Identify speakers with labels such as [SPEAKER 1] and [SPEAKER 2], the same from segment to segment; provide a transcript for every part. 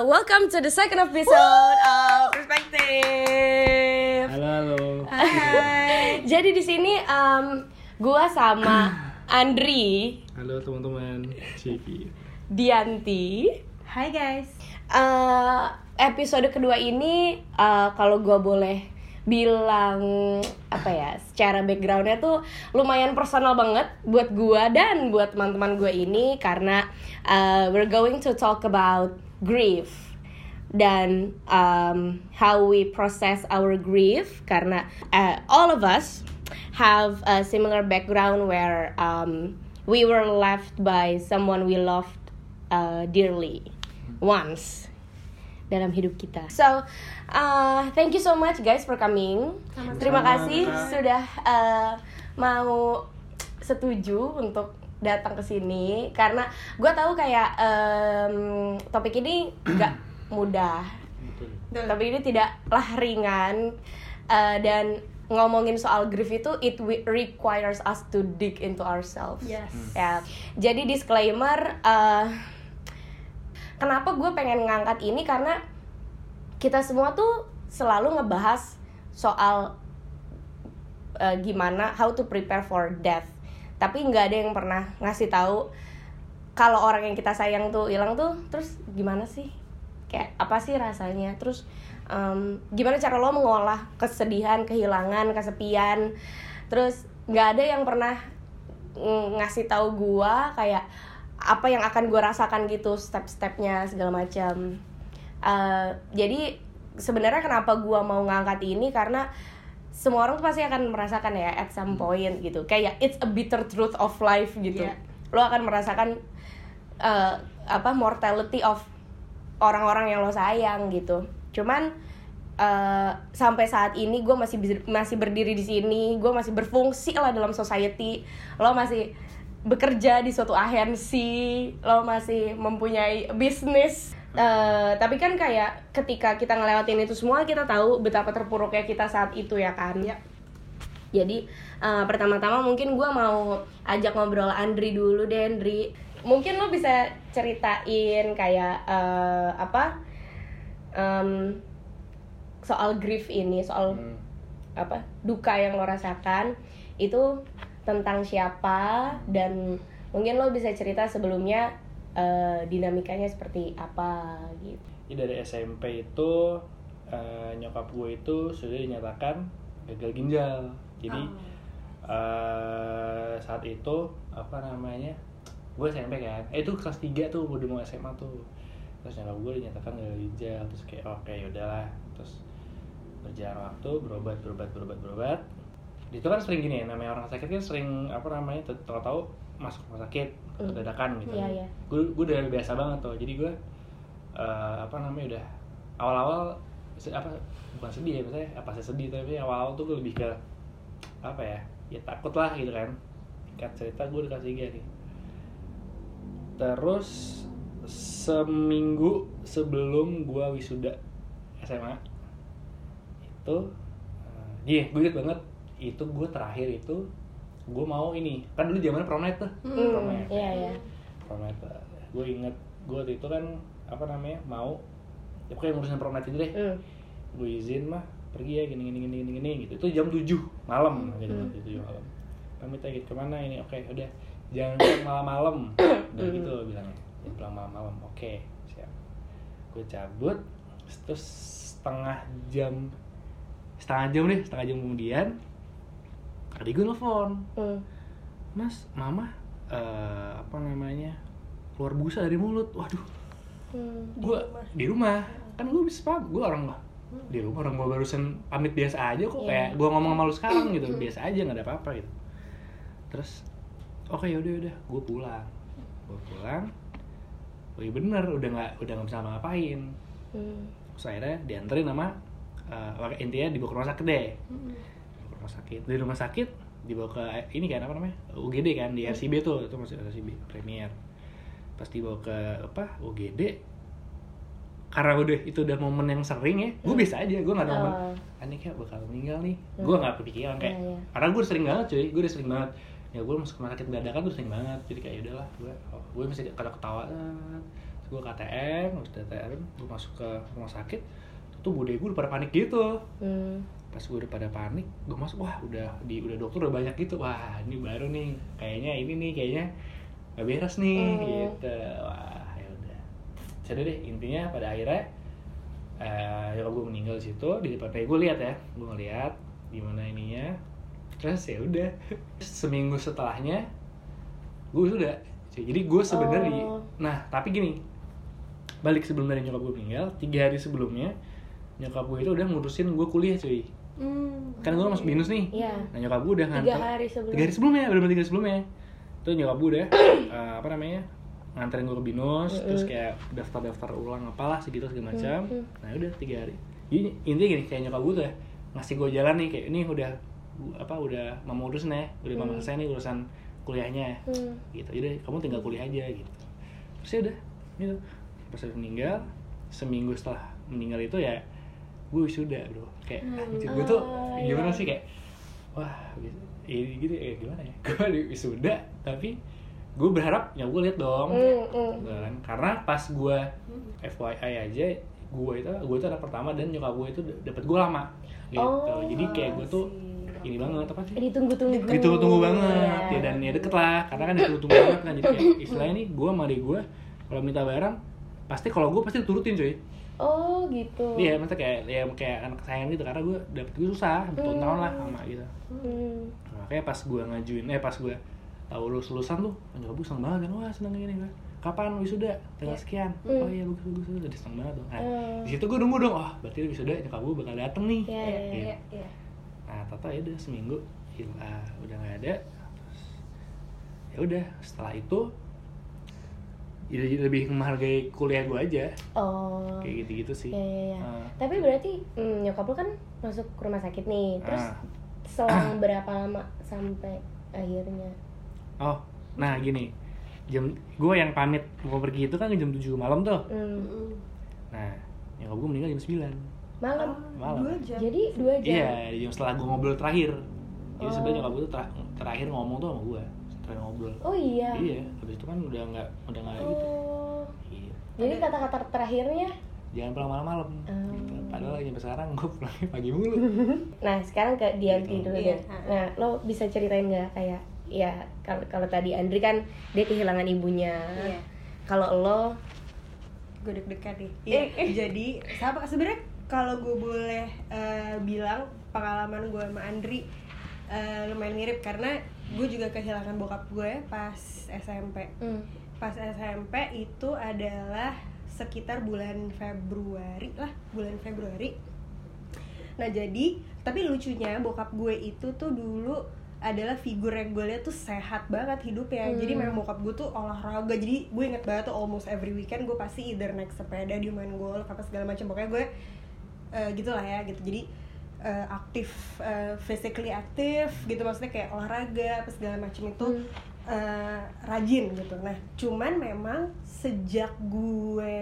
[SPEAKER 1] Welcome to the second episode of Perspective.
[SPEAKER 2] Halo.
[SPEAKER 1] Hai. Jadi di sini gua sama Andri,
[SPEAKER 2] Halo teman-teman. Ciki.
[SPEAKER 1] Dianti.
[SPEAKER 3] Hai guys.
[SPEAKER 1] Episode kedua ini kalau gua boleh bilang secara backgroundnya tuh lumayan personal banget buat gua dan buat teman-teman gua ini karena we're going to talk about grief dan how we process our grief karena all of us have a similar background where we were left by someone we loved dearly once dalam hidup kita. So, thank you so much guys for coming. Terima kasih sudah mau setuju untuk datang ke sini karena gue tahu kayak topik ini nggak mudah. Topik ini tidaklah ringan dan ngomongin soal grief itu it requires us to dig into ourselves.
[SPEAKER 3] Yes.
[SPEAKER 1] Ya. Jadi disclaimer. Kenapa gue pengen ngangkat ini karena kita semua tuh selalu ngebahas soal gimana how to prepare for death, tapi nggak ada yang pernah ngasih tahu kalau orang yang kita sayang tuh hilang tuh terus gimana sih, kayak apa sih rasanya, terus gimana cara lo mengolah kesedihan, kehilangan, kesepian. Terus nggak ada yang pernah ngasih tahu gue kayak apa yang akan gue rasakan gitu, step-stepnya segala macam. Jadi sebenarnya kenapa gue mau ngangkat ini karena semua orang tuh pasti akan merasakan ya at some point gitu, kayak it's a bitter truth of life gitu. Lo akan merasakan mortality of orang-orang yang lo sayang gitu. Cuman sampai saat ini gue masih berdiri di sini, gue masih berfungsi lah dalam society. Lo masih bekerja di suatu agensi, lo masih mempunyai bisnis. Tapi kan kayak ketika kita ngelewatin itu semua, kita tahu betapa terpuruknya kita saat itu ya kan. Jadi pertama-tama mungkin gue mau ajak ngobrol Andri dulu deh. Andri, mungkin lo bisa ceritain kayak soal grief ini, soal duka yang lo rasakan itu tentang siapa, dan mungkin lo bisa cerita sebelumnya dinamikanya seperti apa gitu.
[SPEAKER 2] Ini dari SMP itu nyokap gue itu sudah dinyatakan gagal ginjal. Jadi saat itu gue SMP kan, itu kelas 3 tuh udah mau SMA tuh. Terus nyokap gue dinyatakan gagal ginjal. Terus kayak oke, yaudahlah. Terus berjalan waktu, berobat. Itu kan sering gini ya, namanya orang sakit kan sering tahu-tahu masuk rumah sakit dadakan gitu.
[SPEAKER 1] Iya.
[SPEAKER 2] Gue udah biasa banget tuh. Jadi gue udah awal-awal bukan sedih ya, misalnya saya sedih, tapi awal-awal tuh gue lebih ke ya takut lah gitu kan. Kat cerita gue udah kelas 3 nih. Terus seminggu sebelum gue wisuda SMA itu gue inget banget, itu gue terakhir itu gue mau ini kan dulu zamannya Promet tuh. Promet.
[SPEAKER 1] Iya.
[SPEAKER 2] Promet. Gue inget gue waktu itu kan mau ya pokoknya ngurusin Promet itu deh. Gue izin mah pergi ya gini gitu. Itu jam 7 malam gitu. Jam 7 malam. Pamit aja gitu, kemana ini? Oke, udah jangan malam-malam. Udah gitu bilangnya. Jangan pulang malam-malam. Oke, siap. Gue cabut, terus setengah jam kemudian adik gue nelfon, Mas, mama keluar busa dari mulut. Waduh, gue di rumah kan gue orang di rumah, orang gue barusan pamit biasa aja kok, kayak gue ngomong sama lu sekarang gitu, biasa aja, nggak ada apa-apa gitu. Terus oke, yaudah gue pulang. Oh iya bener, udah nggak bisa ngapain. Terus akhirnya dianterin sama intinya dibawa ke rumah sakit deh. Dari rumah sakit dibawa ke ini kan UGD kan, di RCB tuh, itu masih RCB Premier. Pas dibawa ke UGD, karena udah momen yang sering ya, gue biasa aja, gue nggak ada momen aneh kayak bakal meninggal nih, gue nggak kepikiran kayak, karena gue sering banget gue udah sering banget ya, gue masuk rumah sakit dadakan tuh sering banget, jadi kayak udahlah gue masih ketawa gue KTM, habis KTM gue masuk ke rumah sakit, tuh bude gue udah pada panik gitu. Pas gue udah pada panik, gue masuk, wah udah dokter udah banyak gitu, wah ini baru nih, kayaknya gak beres nih gitu. Wah ya udah, jadi deh intinya pada akhirnya nyokap gue meninggal di situ di depan gue lihat ya, gue ngeliat gimana ininya, terus ya udah seminggu setelahnya gue sudah. Jadi gue sebenarnya nah tapi gini, balik sebelum dari nyokap gue meninggal 3 hari sebelumnya nyokap gue itu udah ngurusin gue kuliah cuy. Kan gue masuk BINUS nih. Nah nyokap gue udah nganter 3 hari sebelumnya, bener-bener 3 hari sebelumnya tuh nyokap gue udah nganterin gue ke BINUS, terus kayak daftar ulang apalah segitu segala macam. Nah udah 3 hari. Jadi intinya gini, kayak nyokap gue tuh ya ngasih gue jalan nih, kayak ini udah mama urus nih, udah mama selesai nih urusan kuliahnya gitu. Jadi kamu tinggal kuliah aja gitu. Terus ya udah gitu. Pas dia meninggal, seminggu setelah meninggal itu ya gue wisuda bro. Kayak gue tuh gimana sih, kayak wah gitu gimana ya, gue wisuda tapi gue berharap ya gue lihat dong kan, karena pas gue FYI aja gue itu anak pertama dan nyokap gue itu dapet gue lama gitu. Jadi kayak gue tuh ini banget apa sih, ditunggu banget ya, dan ya deket lah karena kan ditunggu banget kan. Jadi kayak istilahnya nih gue sama adik gue kalau minta barang pasti kalau gue pasti turutin cuy.
[SPEAKER 1] Oh gitu.
[SPEAKER 2] Iya, maksudnya kayak anak kesayangan gitu, karena gue dapet gue susah bertahun-tahun lah sama gitu. Makanya pas gue ngajuin, pas gue tahu lulusan tuh nyokap gue seneng banget kan, wah seneng gini kan. Kapan wisuda? Tanggal sekian. Oh iya bagus, jadi seneng banget tuh. Nah di situ gue nunggu dong, berarti wisuda nyokap gue bakal dateng nih. Iya. Nah tata ya udah seminggu hilang, udah nggak ada. Terus ya udah setelah itu lebih menghargai kuliah gue aja. Kayak gitu sih.
[SPEAKER 1] Iya. Tapi berarti nyokap lu kan masuk ke rumah sakit nih, terus selang berapa lama sampai akhirnya?
[SPEAKER 2] Nah gini, gue yang pamit mau pergi itu kan jam 7 malam tuh. Nah nyokap gue meninggal jam 9
[SPEAKER 1] malam.
[SPEAKER 2] 2
[SPEAKER 1] jam. Jadi 2 jam.
[SPEAKER 2] Iya, jam setelah gue ngobrol terakhir. Jadi sebenarnya nyokap gue tuh terakhir ngomong tuh sama gue, terakhir ngobrol.
[SPEAKER 1] Oh iya.
[SPEAKER 2] Iya, habis itu kan udah nggak gitu. Iya.
[SPEAKER 1] Jadi kata-kata terakhirnya
[SPEAKER 2] jangan pulang malam-malam. Gitu. Padahal sampai sekarang gue pulangnya pagi mulu.
[SPEAKER 1] Nah sekarang ke Dianti dulu deh. Nah lo bisa ceritain nggak kayak ya kalau tadi Andri kan dia kehilangan ibunya. Kalau lo
[SPEAKER 3] gue deg-degan nih. Jadi sebenarnya kalau gue boleh bilang pengalaman gue sama Andri lumayan mirip, karena gue juga kehilangan bokap gue pas SMP. Pas SMP itu adalah sekitar bulan Februari. Nah jadi, tapi lucunya bokap gue itu tuh dulu adalah figur yang gue lihat tuh sehat banget hidupnya. Jadi memang bokap gue tuh olahraga. Jadi gue inget banget tuh almost every weekend gue pasti either naik sepeda, dia main golf apa segala macam. Pokoknya gue gitulah ya gitu. Jadi aktif, physically aktif gitu, maksudnya kayak olahraga apa segala macam itu rajin gitu. Nah cuman memang sejak gue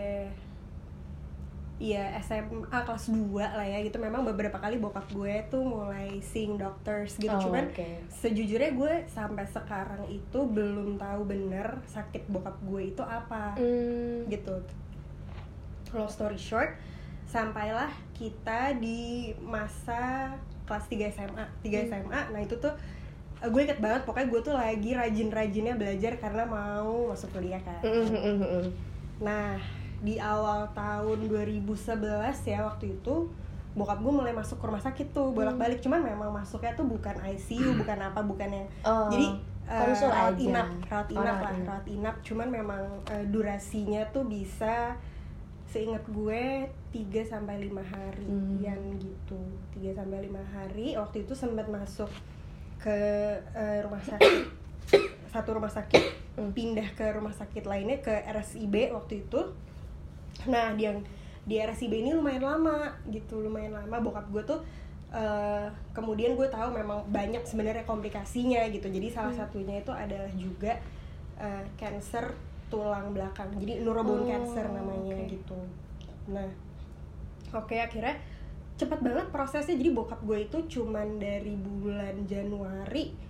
[SPEAKER 3] SMA kelas 2 lah ya gitu, memang beberapa kali bokap gue tuh mulai seeing doctors gitu. Cuman sejujurnya gue sampai sekarang itu belum tahu bener sakit bokap gue itu apa gitu. Long story short, sampailah kita di masa kelas 3 SMA. Nah itu tuh gue inget banget, pokoknya gue tuh lagi rajin-rajinnya belajar karena mau masuk kuliah kan. Nah di awal tahun 2011 ya waktu itu bokap gue mulai masuk ke rumah sakit tuh bolak-balik. Cuman memang masuknya tuh bukan ICU, bukan apa, bukan yang jadi rawat inap. Cuman memang durasinya tuh bisa, seingat gue 3-5 harian gitu. 3-5 hari. Waktu itu sempat masuk ke rumah sakit, satu rumah sakit, pindah ke rumah sakit lainnya, ke RSIB waktu itu. Nah di RSIB ini lumayan lama bokap gue tuh kemudian gue tahu memang banyak sebenarnya komplikasinya gitu. Jadi salah satunya itu adalah juga cancer tulang belakang, jadi neurobone cancer namanya gitu. Nah akhirnya cepat banget prosesnya. Jadi bokap gue itu cuman dari bulan Januari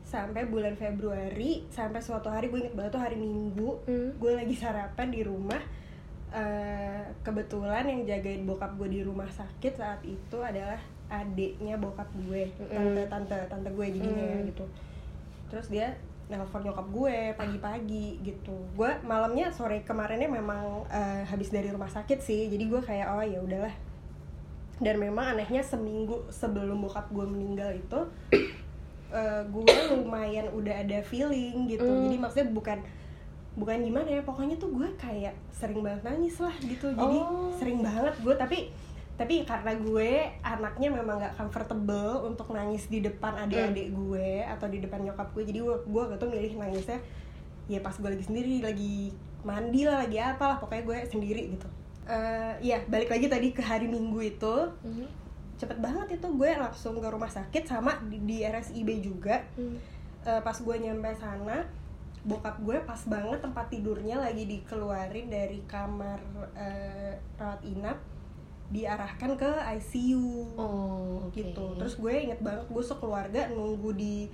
[SPEAKER 3] sampai bulan Februari, sampai suatu hari gue inget banget tuh hari Minggu, gue lagi sarapan di rumah. Kebetulan yang jagain bokap gue di rumah sakit saat itu adalah adiknya bokap gue, tante gue jadinya ya gitu. Terus dia nelpon nyokap gue pagi-pagi gitu. Gue malamnya sore kemarinnya memang habis dari rumah sakit sih, jadi gue kayak oh ya udahlah. Dan memang anehnya seminggu sebelum bokap gue meninggal itu gue lumayan udah ada feeling gitu. Jadi maksudnya bukan gimana ya, pokoknya tuh gue kayak sering banget nangis lah gitu. Jadi sering banget gue, tapi karena gue anaknya memang gak comfortable untuk nangis di depan adik-adik gue atau di depan nyokap gue, jadi gue gak tuh milih nangisnya ya pas gue lagi sendiri, lagi mandi lah, lagi apalah, pokoknya gue sendiri gitu. Ya balik lagi tadi ke hari Minggu itu, cepet banget itu gue langsung ke rumah sakit sama di RSIB juga. Pas gue nyampe sana, bokap gue pas banget tempat tidurnya lagi dikeluarin dari kamar rawat inap, diarahkan ke ICU gitu. Terus gue inget banget gue sekeluarga nunggu di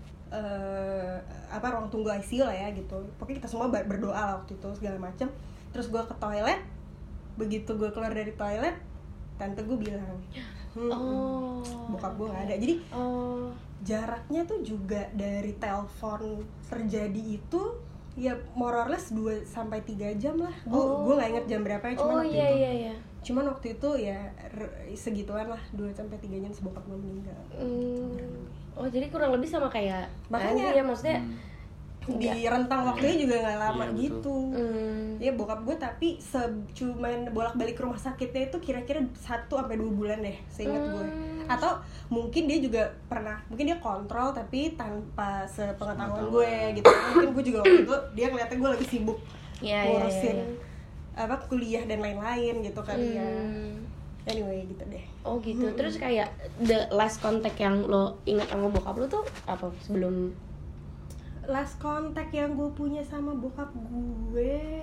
[SPEAKER 3] ruang tunggu ICU lah ya gitu. Pokoknya kita semua berdoa waktu itu segala macem. Terus gue ke toilet, begitu gue keluar dari toilet, tante gue bilang bokap gue nggak ada. Jadi jaraknya tuh juga dari telepon terjadi itu ya more or less 2-3 jam lah. Gue nggak inget jam berapa ya, cuman waktu itu. Cuman waktu itu ya segituan lah, 2-3 jam sebokap gue meninggal.
[SPEAKER 1] Jadi kurang lebih sama kayak
[SPEAKER 3] makanya
[SPEAKER 1] ya, maksudnya
[SPEAKER 3] di rentang waktunya juga nggak lama gitu. Ya bokap gue tapi cuman bolak-balik ke rumah sakitnya itu kira-kira 1-2 bulan deh, seingat gue. Atau mungkin dia juga pernah, mungkin dia kontrol tapi tanpa sepengetahuan gue gitu. Mungkin gue juga waktu itu dia ngeliatnya gue lagi sibuk ngurusin kuliah dan lain-lain gitu kali ya. Anyway gitu deh.
[SPEAKER 1] Gitu. Terus kayak the last contact yang lo ingat sama bokap lo tuh apa sebelum?
[SPEAKER 3] Last contact yang gue punya sama bokap gue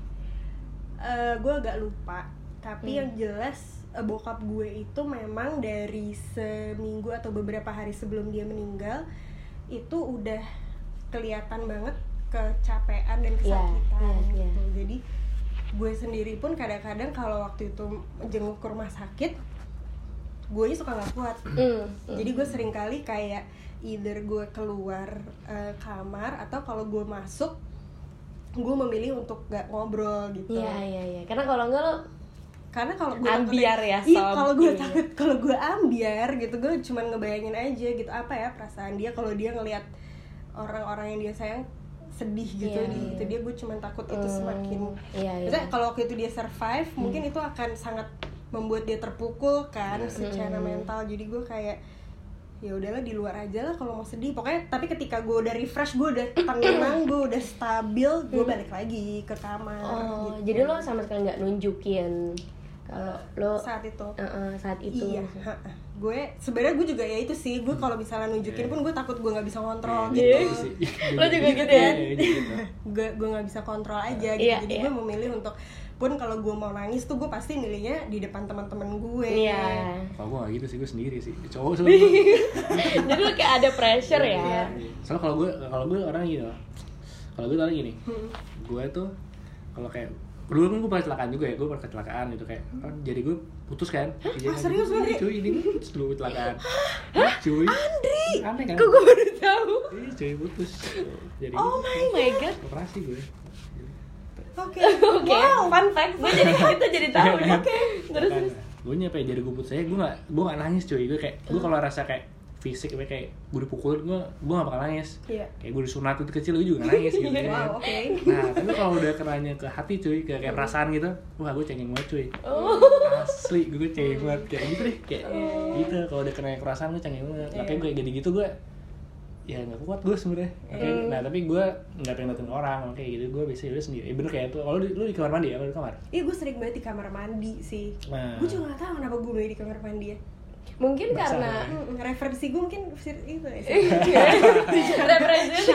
[SPEAKER 3] agak lupa. Tapi yang jelas bokap gue itu memang dari seminggu atau beberapa hari sebelum dia meninggal itu udah kelihatan banget kecapean dan kesakitan gitu. Jadi gue sendiri pun kadang-kadang kalau waktu itu jenguk ke rumah sakit, gue suka gak kuat. Jadi gue sering kali kayak either gue keluar kamar atau kalau gue masuk gue memilih untuk gak ngobrol gitu.
[SPEAKER 1] Iya. Karena kalau gue
[SPEAKER 3] ambiar ya, kalau gue ambiar gitu, gue cuma ngebayangin aja gitu apa ya perasaan dia kalau dia ngelihat orang-orang yang dia sayang sedih gitu gitu dia, gue cuma takut itu semakin. Misalnya kalau waktu itu dia survive, mungkin itu akan sangat membuat dia terpukul kan secara mental. Jadi gue kayak ya udahlah di luar aja lah kalau mau sedih pokoknya. Tapi ketika gue udah refresh, gue udah tenang, gue udah stabil, gue balik lagi ke kamar gitu.
[SPEAKER 1] Jadi lo sama sekali nggak nunjukin kalau lo
[SPEAKER 3] saat itu
[SPEAKER 1] iya.
[SPEAKER 3] Gue sebenarnya gue juga ya itu sih, gue kalau misalnya nunjukin pun gue takut gue nggak bisa kontrol gitu.
[SPEAKER 1] Lo juga gitu ya?
[SPEAKER 3] Gue nggak bisa kontrol aja gitu. Jadi gue memilih untuk pun kalau gue mau nangis tuh gue pasti milihnya di depan teman-teman gue.
[SPEAKER 2] Kalau gue nggak gitu sih, gue sendiri sih, cowok soalnya.
[SPEAKER 1] Jadi lo kayak ada pressure ya.
[SPEAKER 2] Soalnya kalau gue orang gini loh. Kalau gue orang gini, gue tuh kalau kayak dulu kan gue pernah kecelakaan juga ya, gue pernah kecelakaan gitu kayak jadi gue putus kan.
[SPEAKER 3] Serius Andri?
[SPEAKER 2] Cuy, ini putus dulu kecelakaan. Cuy.
[SPEAKER 3] Andri?
[SPEAKER 2] Aneh kan?
[SPEAKER 1] Kok gue baru tahu?
[SPEAKER 2] Iya cuy, putus. Jadi
[SPEAKER 1] oh my god.
[SPEAKER 2] Operasi gue.
[SPEAKER 3] Oke.
[SPEAKER 1] Wow, fun fact. Kita jadi tahu nih. Terus
[SPEAKER 2] gue nyampe jadi gue putus aja, gue nggak nangis cuy. Gue kayak gue kalau rasa kayak fisik kayak gue dipukulin, gue nggak bakal nangis. Kayak gue disunat itu kecil, gue juga nggak nangis gitu.
[SPEAKER 3] Wow, oke.
[SPEAKER 2] Nah tapi kalau udah kenanya ke hati cuy, kayak perasaan gitu, wah gue cengeng banget cuy. Asli gue cengeng banget kayak gitu deh, kayak gitu. Kalau udah kena perasaan gue cengeng banget. Tapi gue kayak gitu gue ya nggak kuat gue sebenarnya. Nah tapi gue nggak pengen nonton orang kayak gitu. Gue biasanya udah sendiri. Bener kayak tuh. Kalau lu di kamar mandi ya? Kalau di kamar?
[SPEAKER 3] Iya gue sering banget di kamar mandi sih. Gue juga nggak tahu kenapa gue milih di kamar mandi ya.
[SPEAKER 1] Mungkin
[SPEAKER 2] basah,
[SPEAKER 1] karena
[SPEAKER 3] referensi gue mungkin itu ya.
[SPEAKER 1] referensi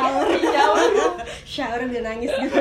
[SPEAKER 3] shower dia nangis gitu.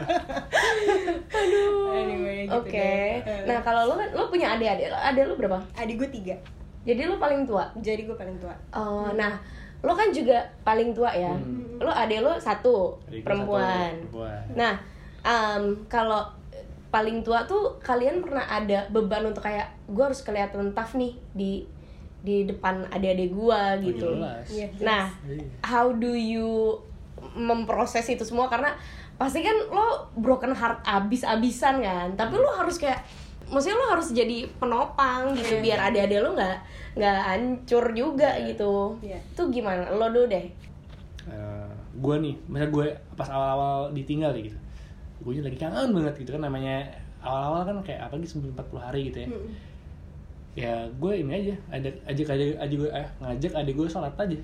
[SPEAKER 1] Aduh.
[SPEAKER 3] Anyway, gitu.
[SPEAKER 1] Oke. Nah kalau lo kan lo punya adik lo berapa?
[SPEAKER 3] Adik gue 3.
[SPEAKER 1] Jadi lo paling tua?
[SPEAKER 3] Jadi gue paling tua.
[SPEAKER 1] Nah lo kan juga paling tua ya. Lo adek lo satu perempuan. Nah, kalau paling tua tuh kalian pernah ada beban untuk kayak gue harus kelihatan tough nih di depan adik-adik gue gitu. Nah, how do you memproses itu semua, karena pasti kan lo broken heart abis-abisan kan, tapi lo harus kayak, maksudnya lo harus jadi penopang gitu biar adik-adik lo nggak hancur juga gitu. Itu gimana? Lo dulu deh.
[SPEAKER 2] Gue nih, misalnya gue pas awal-awal ditinggal gitu, gue lagi kangen banget gitu kan, namanya awal-awal kan kayak apalagi sebelum 40 hari gitu ya. Ya gue ini aja, ngajak adik gue sholat aja.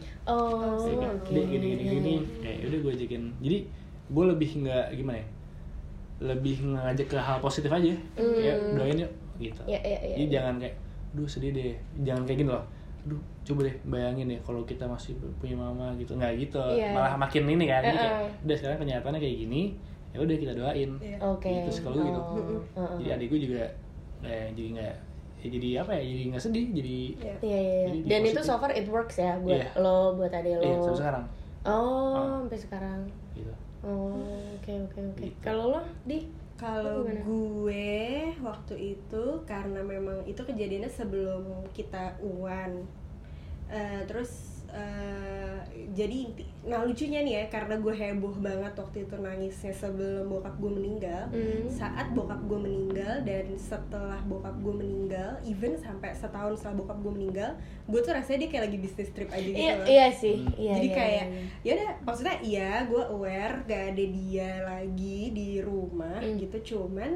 [SPEAKER 2] Gini, kayak udah gue ajakin. Jadi gue lebih nggak gimana ya, lebih ngajak ke hal positif aja. Ya doain yuk gitu. Jadi jangan kayak, duh sedih deh, jangan kayak gini loh. Duh coba deh bayangin ya kalau kita masih punya mama gitu, nggak gitu. Malah makin ini kan. Jadi kayak udah sekarang kenyataannya kayak gini, ya udah kita doain. Gitu kalau gitu. Jadi adik gue juga jadi nggak, ya jadi apa ya, jadi nggak sedih, jadi
[SPEAKER 1] dan itu so far it works ya buat lo, buat adek lo.
[SPEAKER 2] Sampai sekarang.
[SPEAKER 1] Sampai sekarang
[SPEAKER 2] Gitu.
[SPEAKER 1] Oke. Gitu. Kalau lo
[SPEAKER 3] kalau gue waktu itu karena memang itu kejadiannya sebelum kita UAN, terus jadi nah lucunya nih ya, karena gue heboh banget waktu itu nangisnya sebelum bokap gue meninggal, saat bokap gue meninggal dan setelah bokap gue meninggal, even sampai setahun setelah bokap gue meninggal, gue tuh rasanya dia kayak lagi bisnis trip aja gitu loh.
[SPEAKER 1] Iya sih.
[SPEAKER 3] Jadi kayak ya udah, maksudnya iya gue aware gak ada dia lagi di rumah gitu, cuman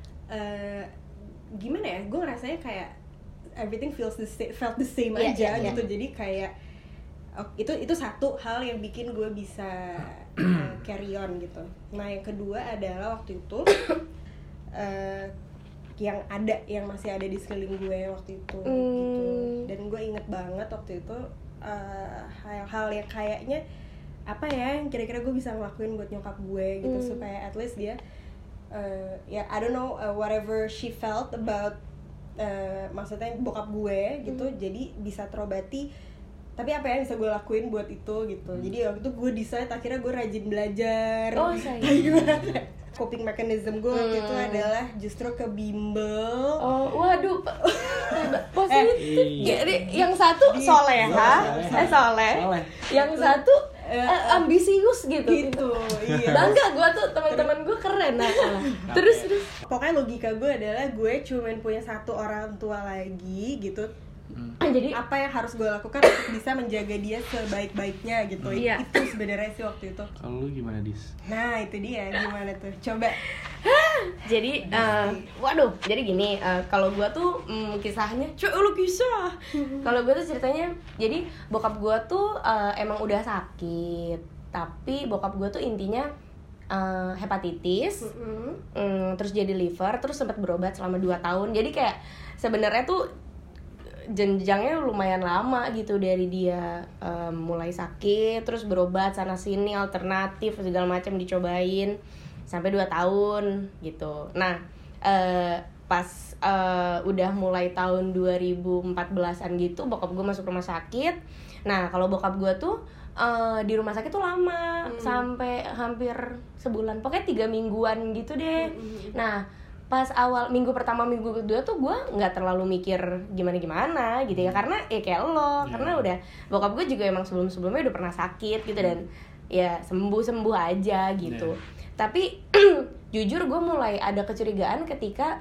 [SPEAKER 3] gimana ya, gue ngerasanya kayak everything felt the same aja gitu. Jadi kayak itu satu hal yang bikin gue bisa carry on gitu. Nah yang kedua adalah waktu itu yang masih ada di sekeliling gue waktu itu gitu. Dan gue inget banget waktu itu hal-hal yang kayaknya apa ya, yang kira-kira gue bisa ngelakuin buat nyokap gue gitu, supaya at least dia ya I don't know whatever she felt about maksudnya bokap gue gitu, jadi bisa terobati. Tapi apa yang bisa gue lakuin buat itu gitu. Jadi waktu itu gue decide akhirnya gue rajin belajar. Coping mechanism gue waktu itu adalah justru ke bimbel.
[SPEAKER 1] Waduh. Jadi yang satu soleha, yang satu ambisius gitu.
[SPEAKER 3] Iya.
[SPEAKER 1] Bangga gue tuh, teman-teman gue keren. Terus
[SPEAKER 3] pokoknya logika gue adalah gue cuman punya satu orang tua lagi gitu. Jadi apa yang harus gue lakukan untuk bisa menjaga dia sebaik-baiknya gitu. Itu sebenarnya sih waktu itu.
[SPEAKER 2] Kalau lu gimana, Dis?
[SPEAKER 3] Nah itu dia, gimana tuh, coba.
[SPEAKER 1] Jadi jadi gini, kalau gue tuh kisahnya kisah. Kalau gue tuh ceritanya, jadi bokap gue tuh emang udah sakit, tapi bokap gue tuh intinya hepatitis, terus jadi liver, terus sempat berobat selama 2 tahun. Jadi kayak sebenarnya tuh jenjangnya lumayan lama gitu, dari dia mulai sakit terus berobat sana sini, alternatif segala macam dicobain sampai 2 tahun gitu. Nah pas udah mulai tahun 2014an gitu bokap gue masuk rumah sakit. Nah kalau bokap gue tuh di rumah sakit tuh lama, sampai hampir sebulan, pokoknya 3 mingguan gitu deh. Nah pas awal minggu pertama minggu kedua tuh gue nggak terlalu mikir gimana gitu ya, karena kayak lo, karena udah bokap gue juga emang sebelumnya udah pernah sakit gitu, dan ya sembuh aja gitu. Tapi jujur gue mulai ada kecurigaan ketika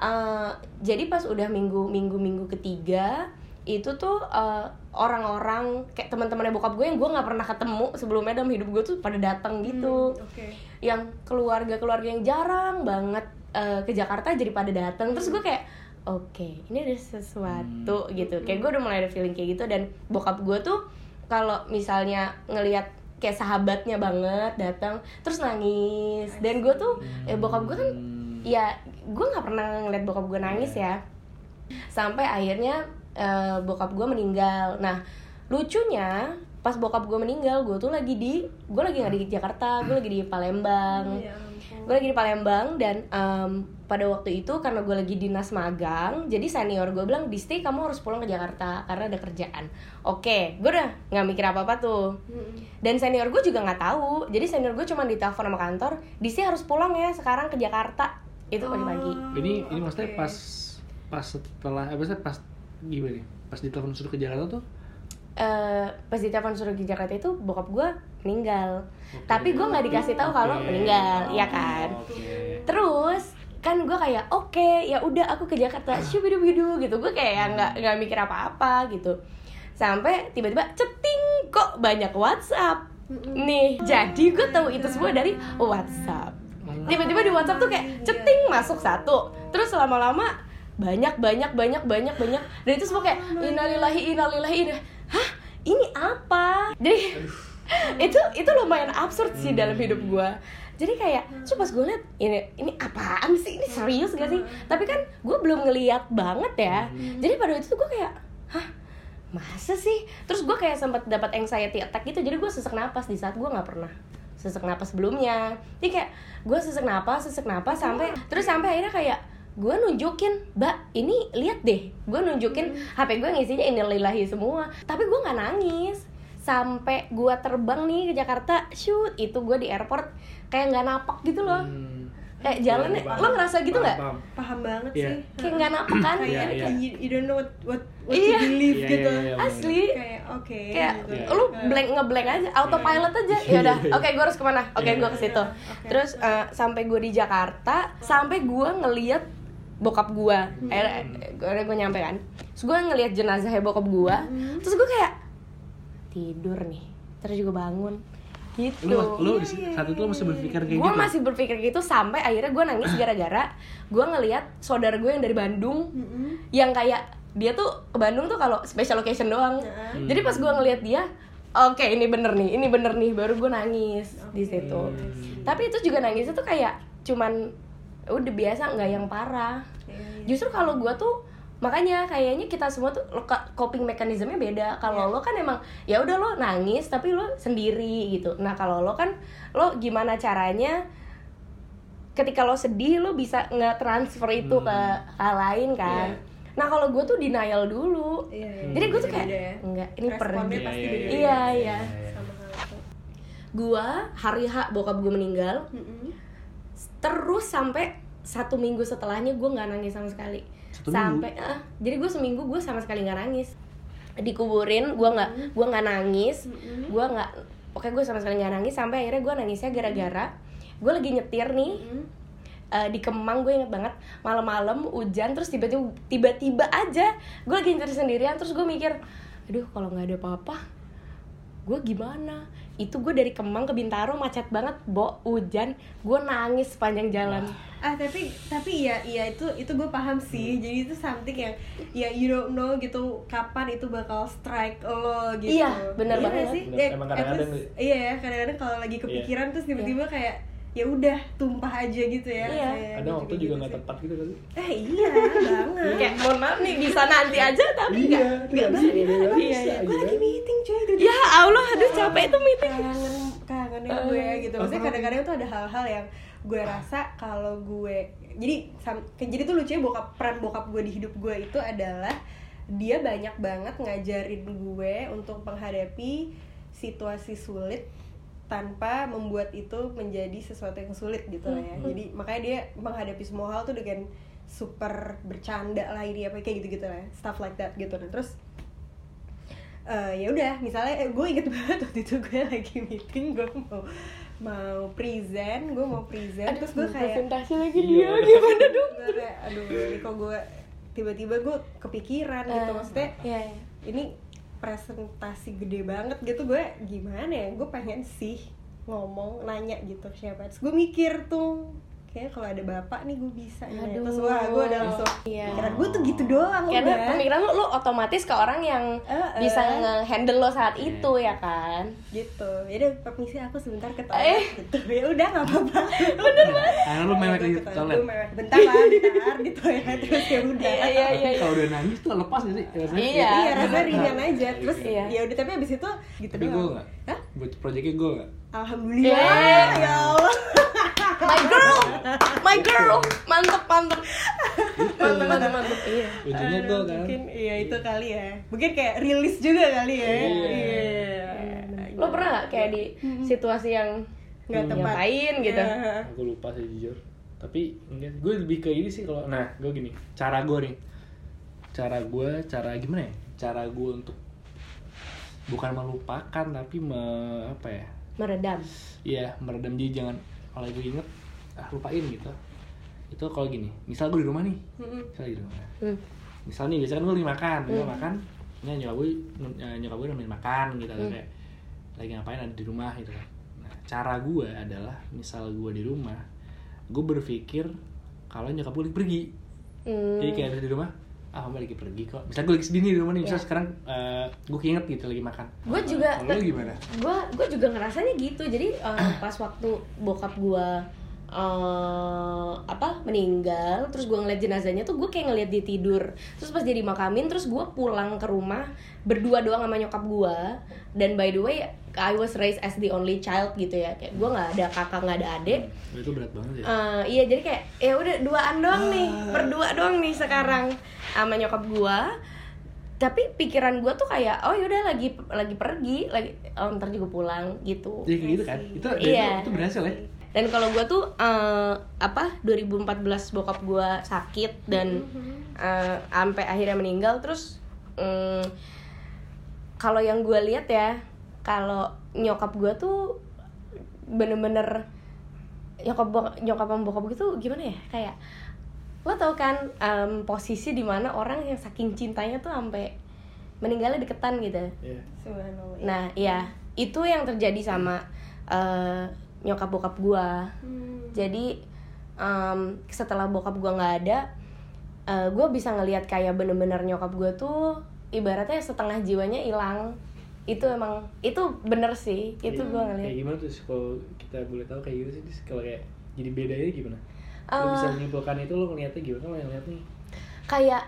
[SPEAKER 1] jadi pas udah minggu ketiga itu tuh orang-orang kayak teman-temannya bokap gue yang gue nggak pernah ketemu sebelumnya dalam hidup gue tuh pada datang gitu. Yang keluarga yang jarang banget ke Jakarta jadi pada datang. Terus gue kayak ini ada sesuatu gitu. Kayak gue udah mulai ada feeling kayak gitu. Dan bokap gue tuh kalau misalnya ngelihat kayak sahabatnya banget datang terus nangis. Dan gue tuh bokap gue kan ya gue nggak pernah ngeliat bokap gue nangis ya. Sampai akhirnya bokap gue meninggal. Nah lucunya pas bokap gue meninggal gue tuh lagi nggak di Jakarta, gue lagi di Palembang. Gue lagi di Palembang dan pada waktu itu karena gue lagi dinas magang, jadi senior gue bilang, Disti kamu harus pulang ke Jakarta karena ada kerjaan. Oke, gue udah nggak mikir apa-apa tuh. Dan senior gue juga nggak tahu, jadi senior gue cuma ditelepon sama kantor, Disti harus pulang ya sekarang ke Jakarta. Itu pagi-pagi.
[SPEAKER 2] Ini maksudnya pas setelah pas gimana nih? Pas ditelepon suruh ke Jakarta tuh?
[SPEAKER 1] Pas ditelepon suruh ke Jakarta itu bokap gue meninggal. Tapi gue nggak dikasih tahu kalau meninggal, ya kan. Terus kan gue kayak oke, ya udah aku ke Jakarta, syubidu-bidu gitu. Gue kayak nggak mikir apa-apa gitu. Sampai tiba-tiba ceting, kok banyak WhatsApp nih. Jadi gue tahu itu semua dari WhatsApp. Tiba-tiba di WhatsApp tuh kayak ceting masuk satu, terus lama-lama banyak. Dan itu semua kayak innalillahi. Hah? Ini apa? Jadi itu lumayan absurd sih dalam hidup gue. Jadi kayak, pas gue liat ini apaan sih? Ini serius gak sih? Tapi kan gue belum ngeliat banget ya. Jadi pada waktu itu gue kayak, hah? Masa sih? Terus gue kayak sempat dapat anxiety attack gitu. Jadi gue sesak napas di saat gue nggak pernah sesak napas sebelumnya. Jadi kayak gue sesak napas sampai akhirnya kayak gue nunjukin, Mbak, ini lihat deh. Gue nunjukin HP gue ngisinya innalillahi semua. Tapi gue nggak nangis. Sampai gue terbang nih ke Jakarta, shoot, itu gue di airport kayak nggak napak gitu loh. Kayak jalannya, lo ngerasa gitu nggak?
[SPEAKER 3] Paham banget sih.
[SPEAKER 1] Kayak nggak napak kan?
[SPEAKER 3] Kayak you don't know what to believe gitu.
[SPEAKER 1] Asli.
[SPEAKER 3] Kayak oke.
[SPEAKER 1] Kayak
[SPEAKER 3] gitu.
[SPEAKER 1] lu ngeblank aja, autopilot aja. Ya udah, oke, gue harus kemana? Oke, gue ke situ. Terus sampai gue di Jakarta, sampai gue ngeliat bokap gue. Gue nyampe kan. Terus gue ngeliat jenazahnya bokap gue. Terus gue kayak tidur nih. Terus juga bangun. Gitu.
[SPEAKER 2] Lu saat itu lu masih berpikir kayak gitu?
[SPEAKER 1] Gue masih berpikir gitu sampai akhirnya gue nangis gara-gara gue ngelihat saudara gue yang dari Bandung yang kayak dia tuh ke Bandung tuh kalau special occasion doang. Jadi pas gue ngelihat dia, oke, ini bener nih, baru gue nangis di situ. Tapi itu juga nangisnya tuh kayak cuman udah biasa, nggak yang parah. Justru kalau gue tuh makanya kayaknya kita semua tuh coping mekanismenya beda. Kalau lo kan emang ya udah lo nangis tapi lo sendiri gitu. Nah kalau lo kan lo gimana caranya ketika lo sedih lo bisa nge-transfer itu ke hal lain kan. Nah kalau gue tuh denial dulu. Jadi gue tuh kayak enggak, ini pergi. Iya. Gue hari H bokap gue meninggal. Terus sampai 1 minggu setelahnya gue nggak nangis sama sekali. Sampai jadi gue seminggu gue sama sekali nggak nangis. Dikuburin gue nggak nangis. Gue sama sekali nggak nangis. Sampai akhirnya gue nangisnya gara-gara gue lagi nyetir nih di Kemang. Gue inget banget malam-malam hujan, terus tiba-tiba aja gue lagi nyetir sendirian. Terus gue mikir, aduh kalau nggak ada apa-apa gue gimana. Itu gue dari Kemang ke Bintaro macet banget, hujan, gue nangis sepanjang jalan.
[SPEAKER 3] Tapi ya itu gue paham sih. Jadi itu something yang ya you don't know gitu kapan itu bakal strike lo gitu.
[SPEAKER 1] Iya, benar banget
[SPEAKER 3] sih.
[SPEAKER 2] Emang kadang-kadang
[SPEAKER 3] kadang-kadang kalau lagi kepikiran terus tiba-tiba kayak ya udah tumpah aja gitu ya.
[SPEAKER 2] Ada waktu juga nggak tepat gitu kali.
[SPEAKER 3] Iya banget.
[SPEAKER 1] Kayak mohon maaf nih bisa nanti aja tapi nggak bisa.
[SPEAKER 3] Gue lagi meeting coy.
[SPEAKER 1] Ya Allah, aduh capek itu meeting.
[SPEAKER 3] Kangen gue gitu. Maksudnya kadang-kadang tuh ada hal-hal yang gue rasa kalau gue jadi tuh lucunya peran bokap gue di hidup gue itu adalah dia banyak banget ngajarin gue untuk menghadapi situasi sulit tanpa membuat itu menjadi sesuatu yang sulit gitu lah ya. Jadi makanya dia menghadapi semua hal tuh dengan super bercanda lah, ini apa kayak gitu-gitu lah, stuff like that gitu. Nah terus ya udah misalnya gue inget banget waktu itu gue lagi meeting, gue mau present terus gue kayak
[SPEAKER 1] presentasi lagi dia gimana dong?
[SPEAKER 3] Aduh ini kok gue tiba-tiba gue kepikiran gitu, maksudnya ini presentasi gede banget gitu, gue gimana ya, gue pengen sih nanya gitu siapa, terus gue mikir tuh kayak kalau ada bapak nih gue bisa. Terus gue udah langsung pikiran gue tuh gitu doang.
[SPEAKER 1] Karena pemikiran lu otomatis ke orang yang bisa nge-handle lo saat itu ya kan.
[SPEAKER 3] Gitu. Jadi permisi aku sebentar ke toilet gitu. Ya udah enggak apa-apa.
[SPEAKER 1] Bener banget.
[SPEAKER 2] Lu mewek di toilet.
[SPEAKER 3] Bentar di toilet terus ya udah.
[SPEAKER 1] Iya.
[SPEAKER 2] Kalau udah nangis tuh lepas gak sih?
[SPEAKER 3] Iya, rasanya ringan aja. Terus ya udah, tapi abis itu gitu doang.
[SPEAKER 2] Tapi gue enggak. Buat proyeknya gue enggak.
[SPEAKER 3] Alhamdulillah. Ya Allah.
[SPEAKER 1] my girl, mantep. Iya.
[SPEAKER 2] Ujungnya tuh kan.
[SPEAKER 3] Mungkin iya itu kali ya. Mungkin kayak rilis juga kali ya. Iya.
[SPEAKER 1] Lo pernah nggak kayak di situasi yang
[SPEAKER 3] nggak tepat
[SPEAKER 1] ngapain gitu?
[SPEAKER 2] Aku lupa sih jujur. Tapi enggak, gue lebih ke ini sih kalau, nah gue gini, cara gimana ya? Cara gue untuk bukan melupakan tapi meredam. Iya, meredam. Jadi jangan kalau gue inget lupain gitu. Itu kalau gini, misal gue di rumah nih, misal nih biasanya kan gue lagi makan, nyokap gue nemenin makan gitu, kayak lagi ngapain ada di rumah gitu kan. Nah, cara gue adalah misal gue di rumah, gue berpikir kalau nyokap gue lagi pergi. Jadi kayak ada di rumah, Mbak lagi pergi kok. Misal gue lagi sedih nih di rumah nih, misal sekarang gue keinget gitu lagi makan.
[SPEAKER 1] Gue juga.
[SPEAKER 2] Kalau gimana?
[SPEAKER 1] Gue juga ngerasanya gitu. Jadi pas waktu bokap gue meninggal, terus gue ngeliat jenazahnya tuh gue kayak ngeliat dia tidur. Terus pas dia dimakamin, terus gue pulang ke rumah berdua doang sama nyokap gue. Dan by the way, I was raised as the only child gitu ya. Kayak gue nggak ada kakak, nggak ada adik.
[SPEAKER 2] Itu berat banget ya.
[SPEAKER 1] Iya, jadi kayak ya udah berdua doang nih sekarang sama nyokap gue. Tapi pikiran gue tuh kayak yaudah lagi pergi, ntar juga pulang gitu.
[SPEAKER 2] Jadi kayak gitu kan? Itu berhasil ya?
[SPEAKER 1] Dan kalau gue tuh 2014 bokap gue sakit dan sampai akhirnya meninggal. Terus kalau yang gue lihat ya, kalau nyokap gue tuh bener-bener nyokap sama bokap gue tuh gimana ya, kayak lo tau kan posisi dimana orang yang saking cintanya tuh sampai meninggalnya deketan gitu. Nah ya itu yang terjadi sama nyokap bokap gue. Jadi setelah bokap gue nggak ada, gue bisa ngelihat kayak bener-bener nyokap gue tuh ibaratnya setengah jiwanya hilang. Itu bener sih. Itu gue ngelihat.
[SPEAKER 2] Kayak gimana tuh kalau kita boleh tahu kayak gitu sih, kalau kayak jadi bedanya gimana? Lo bisa menyimpulkan itu, lo ngeliatnya gimana lo yang lihat nih?
[SPEAKER 1] Kayak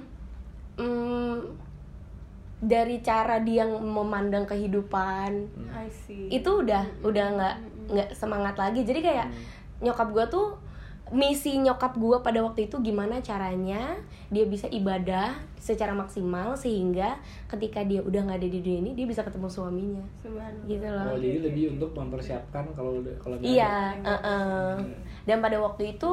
[SPEAKER 1] dari cara dia memandang kehidupan, itu udah nggak semangat lagi. Jadi kayak nyokap gue tuh, misi nyokap gue pada waktu itu gimana caranya dia bisa ibadah secara maksimal sehingga ketika dia udah nggak ada di dunia ini dia bisa ketemu suaminya. Gitu loh.
[SPEAKER 2] Jadi lebih untuk mempersiapkan kalau
[SPEAKER 1] iya. Dan pada waktu itu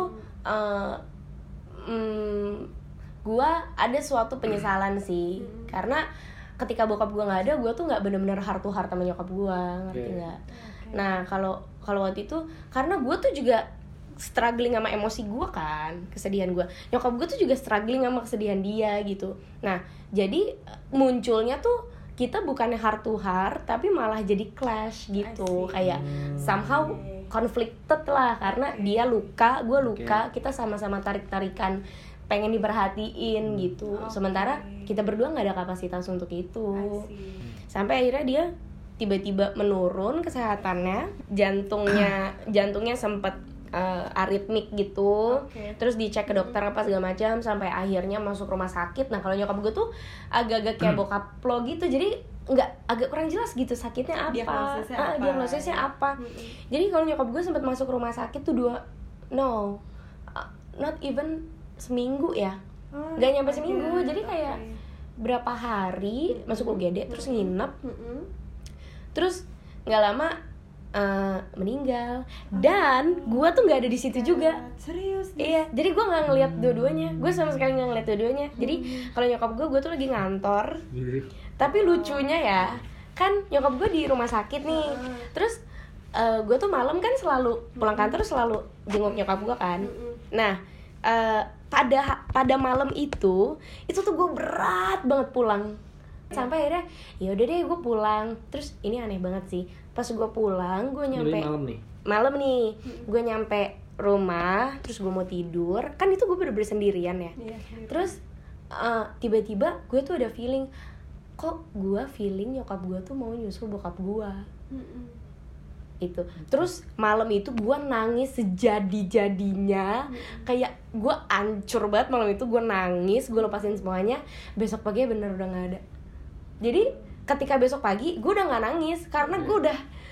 [SPEAKER 1] gue ada suatu penyesalan sih, karena ketika bokap gue nggak ada, gue tuh nggak benar-benar heart to heart sama nyokap gue, ngerti nggak? Nah kalau waktu itu karena gue tuh juga struggling sama emosi gue kan, kesedihan gue. Nyokap gue tuh juga struggling sama kesedihan dia gitu. Nah jadi munculnya tuh kita bukannya heart to heart tapi malah jadi clash gitu, kayak somehow conflicted lah, karena dia luka, gue luka, kita sama-sama tarik-tarikan pengen diperhatiin gitu. Sementara kita berdua nggak ada kapasitas untuk itu. Sampai akhirnya dia tiba-tiba menurun kesehatannya, jantungnya sempet aritmik gitu. Terus dicek ke dokter apa segala macam sampai akhirnya masuk rumah sakit. Nah kalau nyokap gue tuh agak-agak kayak bokap lo gitu, jadi agak kurang jelas gitu sakitnya apa, diagnosisnya apa. Jadi kalau nyokap gue sempat masuk rumah sakit tuh not even seminggu ya, nggak nyampe seminggu. Jadi kayak berapa hari masuk UGD terus nginep, terus nggak lama meninggal. Dan gue tuh nggak ada di situ juga.
[SPEAKER 3] Serius?
[SPEAKER 1] Iya, jadi gue nggak ngeliat dua-duanya. Gue sama sekali nggak ngeliat dua-duanya. Jadi kalau nyokap gue tuh lagi ngantor. Tapi lucunya ya, kan nyokap gue di rumah sakit nih. Terus gue tuh malam kan selalu pulang kantor selalu jenguk nyokap gue kan. Nah pada malam itu tuh gue berat banget pulang. Sampai akhirnya ya udah deh gue pulang. Terus ini aneh banget sih, pas gue pulang gue nyampe malam nih gue nyampe rumah, terus gue mau tidur kan, itu gue bener-bener sendirian ya. Terus tiba-tiba gue tuh ada feeling, kok gue feeling nyokap gue tuh mau nyusul bokap gue. Itu terus malam itu gue nangis sejadi-jadinya, kayak gue ancur banget malam itu. Gue nangis, gue lepasin semuanya. Besok pagi bener udah nggak ada. Jadi ketika besok pagi gue udah nggak nangis karena gue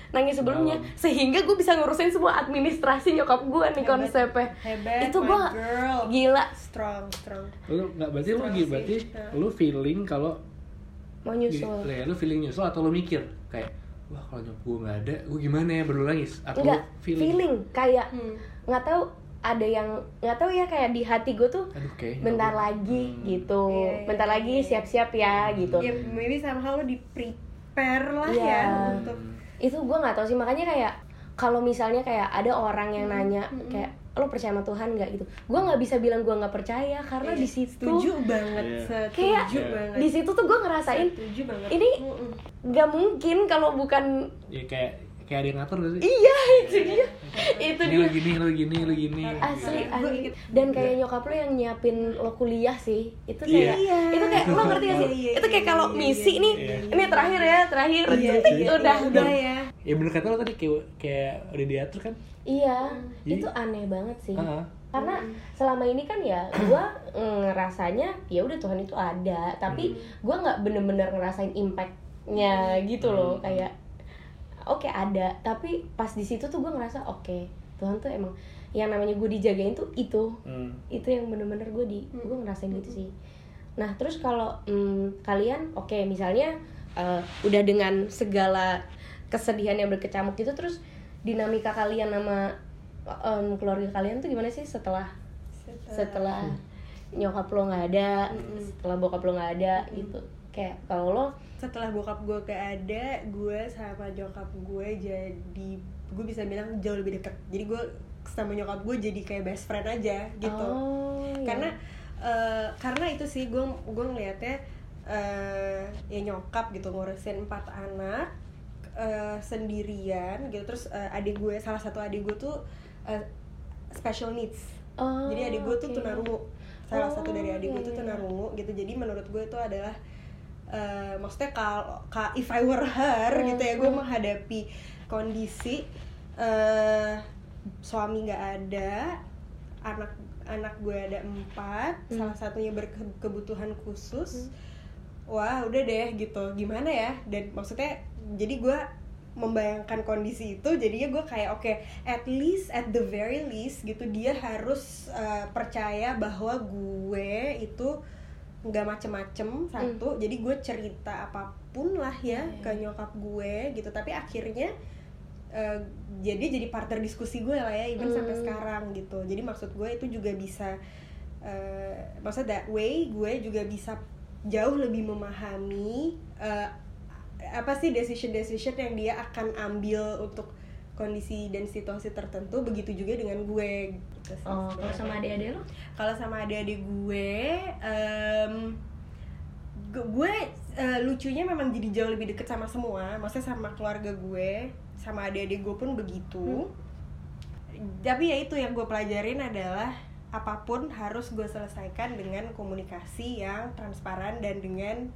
[SPEAKER 1] nangis sebelumnya sehingga gue bisa ngurusin semua administrasi nyokap gue nih konsepnya.
[SPEAKER 3] Hebat,
[SPEAKER 1] itu gue gila.
[SPEAKER 3] Strong.
[SPEAKER 2] Lu nggak berarti lu feeling kalau
[SPEAKER 1] mau nyusul.
[SPEAKER 2] Lu feeling nyusul atau lu mikir kayak wah kalau nyokap gue nggak ada, gue gimana ya, baru nangis? Atau
[SPEAKER 1] enggak, feeling kayak nggak tahu, ada yang nggak tahu ya, kayak di hati gue tuh bentar lagi gitu, bentar lagi siap-siap ya gitu.
[SPEAKER 3] Ya maybe somehow lo di prepare lah ya untuk
[SPEAKER 1] itu. Gue nggak tahu sih, makanya kayak kalau misalnya kayak ada orang yang nanya kayak lo percaya sama Tuhan nggak gitu, gue nggak bisa bilang gue nggak percaya karena di situ
[SPEAKER 3] setuju banget.
[SPEAKER 1] Kayak di situ tuh gue ngerasain ini nggak mungkin kalau bukan
[SPEAKER 2] ya kayak ada yang ngatur gak sih?
[SPEAKER 1] Iya, itu dia. Itu dia.
[SPEAKER 2] Lo gini.
[SPEAKER 1] Asli. Dan kayak nyokap lo yang nyiapin lo kuliah sih. Itu kayak itu kayak lo ngerti gak sih? Itu kayak kalau misi nih, ini terakhir ya. Udah ya.
[SPEAKER 2] Ya bener kata lo tadi kayak udah diatur kan?
[SPEAKER 1] Iya, itu aneh banget sih. Karena selama ini kan ya gue ngerasanya ya udah Tuhan itu ada, tapi gue nggak bener-bener ngerasain impactnya gitu loh, kayak oke, ada, tapi pas di situ tuh gue ngerasa oke, Tuhan tuh emang yang namanya gue dijagain tuh itu yang bener-bener gue ngerasain gitu sih. Nah terus kalau kalian misalnya udah dengan segala kesedihan yang berkecamuk gitu, terus dinamika kalian sama keluarga kalian tuh gimana sih setelah nyokap lo nggak ada, setelah bokap lo nggak ada gitu? Kayak kalau lo
[SPEAKER 3] setelah bokap gue gak ada, gue sama nyokap gue jadi, gue bisa bilang jauh lebih deket. Jadi gue sama nyokap gue jadi kayak best friend aja gitu. Karena itu sih gue ngeliatnya ya nyokap gitu ngurusin 4 anak sendirian gitu. Terus salah satu adik gue tuh special needs. Jadi adik gue tuh tunarungu. Salah satu dari adik gue tuh tunarungu gitu. Jadi menurut gue itu adalah maksudnya kalau if I were her gitu ya, gue menghadapi kondisi suami nggak ada, anak gue ada 4, salah satunya berkebutuhan khusus. Wah udah deh gitu, gimana ya? Dan maksudnya jadi gue membayangkan kondisi itu, jadinya gue kayak oke, at the very least gitu, dia harus percaya bahwa gue itu nggak macem-macem satu. Jadi gue cerita apapun lah ya ke nyokap gue gitu, tapi akhirnya jadi partner diskusi gue lah ya, even sampai sekarang gitu. Jadi maksud gue itu juga bisa maksudnya that way gue juga bisa jauh lebih memahami apa sih decision yang dia akan ambil untuk kondisi dan situasi tertentu. Begitu juga dengan gue gitu sih.
[SPEAKER 1] Kalau sama adik-adik lo?
[SPEAKER 3] Kalau sama adik-adik gue lucunya memang jadi jauh lebih deket sama semua. Maksudnya sama keluarga gue, sama adik-adik gue pun begitu. Tapi ya itu yang gue pelajarin adalah apapun harus gue selesaikan dengan komunikasi yang transparan dan dengan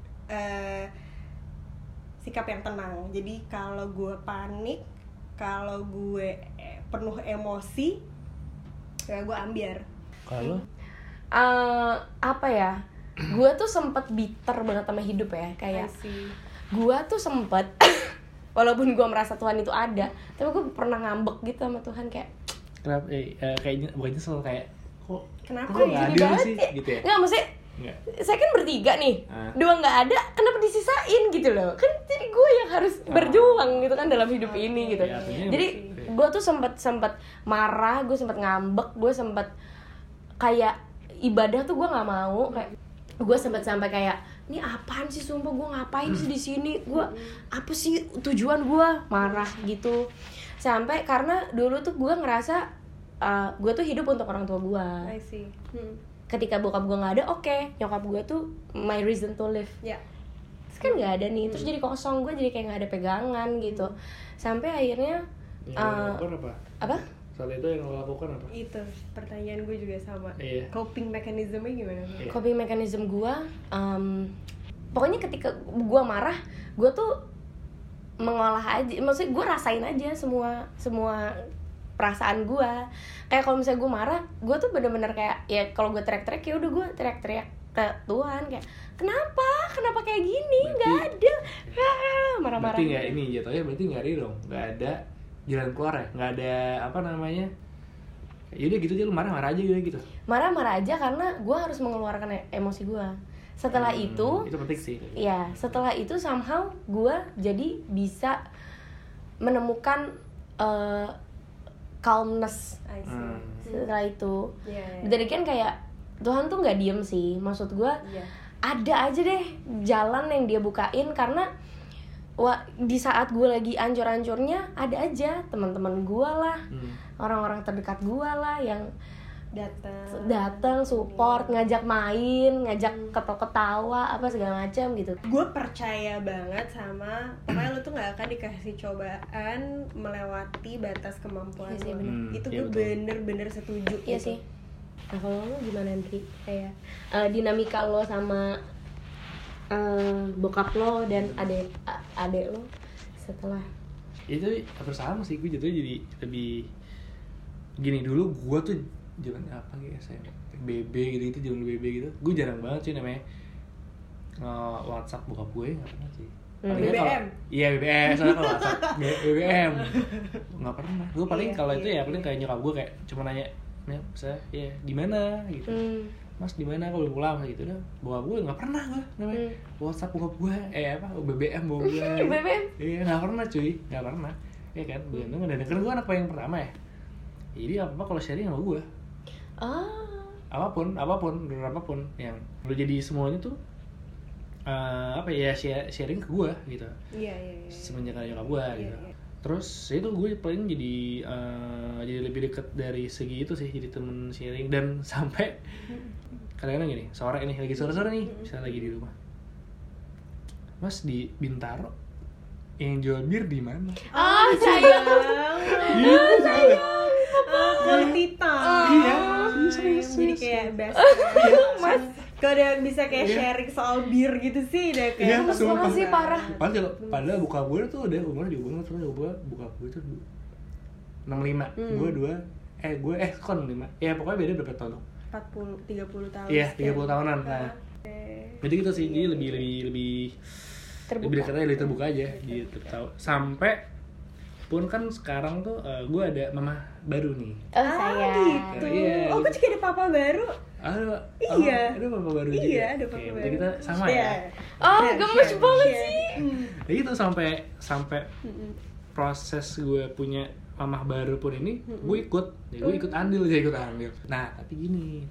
[SPEAKER 3] sikap yang tenang. Jadi kalau gue panik, kalau gue penuh emosi, ya gue ambiar.
[SPEAKER 2] Kalau
[SPEAKER 1] apa ya? Gue tuh sempet bitter banget sama hidup ya, kayak gue tuh sempet walaupun gue merasa Tuhan itu ada, tapi gue pernah ngambek gitu sama Tuhan, kayak
[SPEAKER 2] kenapa? Kayaknya bukannya selalu kayak
[SPEAKER 3] kenapa
[SPEAKER 2] nggak adil sih gitu ya?
[SPEAKER 1] Nggak, maksudnya saya kan bertiga nih, 2 nggak ada, kenapa disisain gitu loh? Kan jadi gue yang harus berjuang gitu kan dalam hidup ini gitu. Jadi gue tuh sempet marah, gue sempet ngambek, gue sempet kayak ibadah tuh gue nggak mau, kayak gue sempet sampai kayak ini apaan sih, sumpah gue ngapain sih di sini, gue apa sih tujuan gue, marah gitu. Sampai karena dulu tuh gue ngerasa gue tuh hidup untuk orang tua gue. Ketika bokap gue nggak ada, nyokap gue tuh my reason to live. Terus kan nggak ada nih, terus jadi kosong, gue jadi kayak nggak ada pegangan gitu. Sampai akhirnya apa?
[SPEAKER 2] Saat itu yang lo lakukan apa?
[SPEAKER 3] Itu pertanyaan gue juga sama. Coping mechanism-nya gimana?
[SPEAKER 1] Coping mechanism gue, pokoknya ketika gue marah, gue tuh mengolah aja, maksudnya gue rasain aja semua perasaan gue. Kayak kalau misalnya gue marah, gue tuh bener-bener kayak ya kalau gue teriak-teriak ya udah gue teriak-teriak ke Tuhan kayak kenapa kayak gini, nggak ada marah-marah.
[SPEAKER 2] Berarti nggak ini jatuhnya berarti nggak ada dong, nggak ada jalan keluar ya, nggak ada apa namanya, yaudah gitu aja lu marah-marah aja gitu.
[SPEAKER 1] Marah-marah aja karena gue harus mengeluarkan emosi gue. Setelah itu
[SPEAKER 2] penting sih.
[SPEAKER 1] Ya setelah itu somehow gue jadi bisa menemukan calmness. Setelah itu jadi kan kayak Tuhan tuh nggak diem sih, maksud gue ada aja deh jalan yang dia bukain, karena di saat gue lagi ancur-ancurnya ada aja teman-teman gue lah, orang-orang terdekat gue lah yang datang support, ngajak main, ngajak ketawa apa segala macam gitu.
[SPEAKER 3] Gue percaya banget sama pokoknya lu tuh nggak akan dikasih cobaan melewati batas kemampuan
[SPEAKER 1] sih,
[SPEAKER 3] itu gue bener-bener setuju.
[SPEAKER 1] Iya
[SPEAKER 3] gitu.
[SPEAKER 1] sih. Nah kalau lo gimana Andri? Kayak dinamika lo sama bokap lo dan adek lo setelah
[SPEAKER 2] itu hampir sama sih. Gue jatuhnya jadi lebih gini, dulu gue tuh zaman apa gitu ya, saya BB gitu zaman BB gitu, gue jarang banget sih namanya WhatsApp bokap gue, nggak pernah sih.
[SPEAKER 3] BBM?
[SPEAKER 2] Iya BBM, soalnya kalau WhatsApp BBM nggak pernah. Gue paling kalau itu ya paling kayak nyokap gue kayak cuma nanya, saya ya di mana gitu, Mas di mana, kalau belum pulang gitu dah. Bokap gue nggak pernah gue namanya WhatsApp bokap gue, BBM bokap gue.
[SPEAKER 1] BBM?
[SPEAKER 2] Iya nggak pernah cuy, nggak pernah. Ya kan, gue denger gue anak paling pertama ya. Jadi apa kalau sharing sama gue, apapun yang lu jadi semuanya tuh sharing ke gue gitu.
[SPEAKER 3] Iya.
[SPEAKER 2] Semenjak ada nyokap gue gitu. Terus itu gue paling jadi lebih deket dari segi itu sih, jadi temen sharing. Dan sampai kadang-kadang gini, sore nih lagi sore nih, misalnya lagi di rumah, Mas di Bintaro yang jual bir di mana?
[SPEAKER 1] Sayang.
[SPEAKER 3] Iya, jadi kayak best Mas. Kalau udah bisa kayak sharing soal bir gitu sih, udah kayak
[SPEAKER 1] masih parah.
[SPEAKER 2] Padahal buka gue tuh udah umurnya juga banget, terus buka gue tuh 65, gue kok 65, ya pokoknya beda berapa tahun?
[SPEAKER 3] 30 tahun.
[SPEAKER 2] Iya, 30 tahunan. Nah, jadi gitu sih, dia lebih dekatnya, lebih terbuka aja gitu. Sampai pun kan sekarang tuh gue ada mama baru nih.
[SPEAKER 1] Sayang.
[SPEAKER 3] Gitu.
[SPEAKER 2] Iya.
[SPEAKER 3] Gue juga ada papa baru.
[SPEAKER 2] Iya. Ada papa baru juga.
[SPEAKER 3] Iya, ada papa baru.
[SPEAKER 2] Kita sama ya.
[SPEAKER 1] Gemes banget sih.
[SPEAKER 2] Ya gitu sampai proses gue punya mamah baru pun ini gue ikut andil. Nah tapi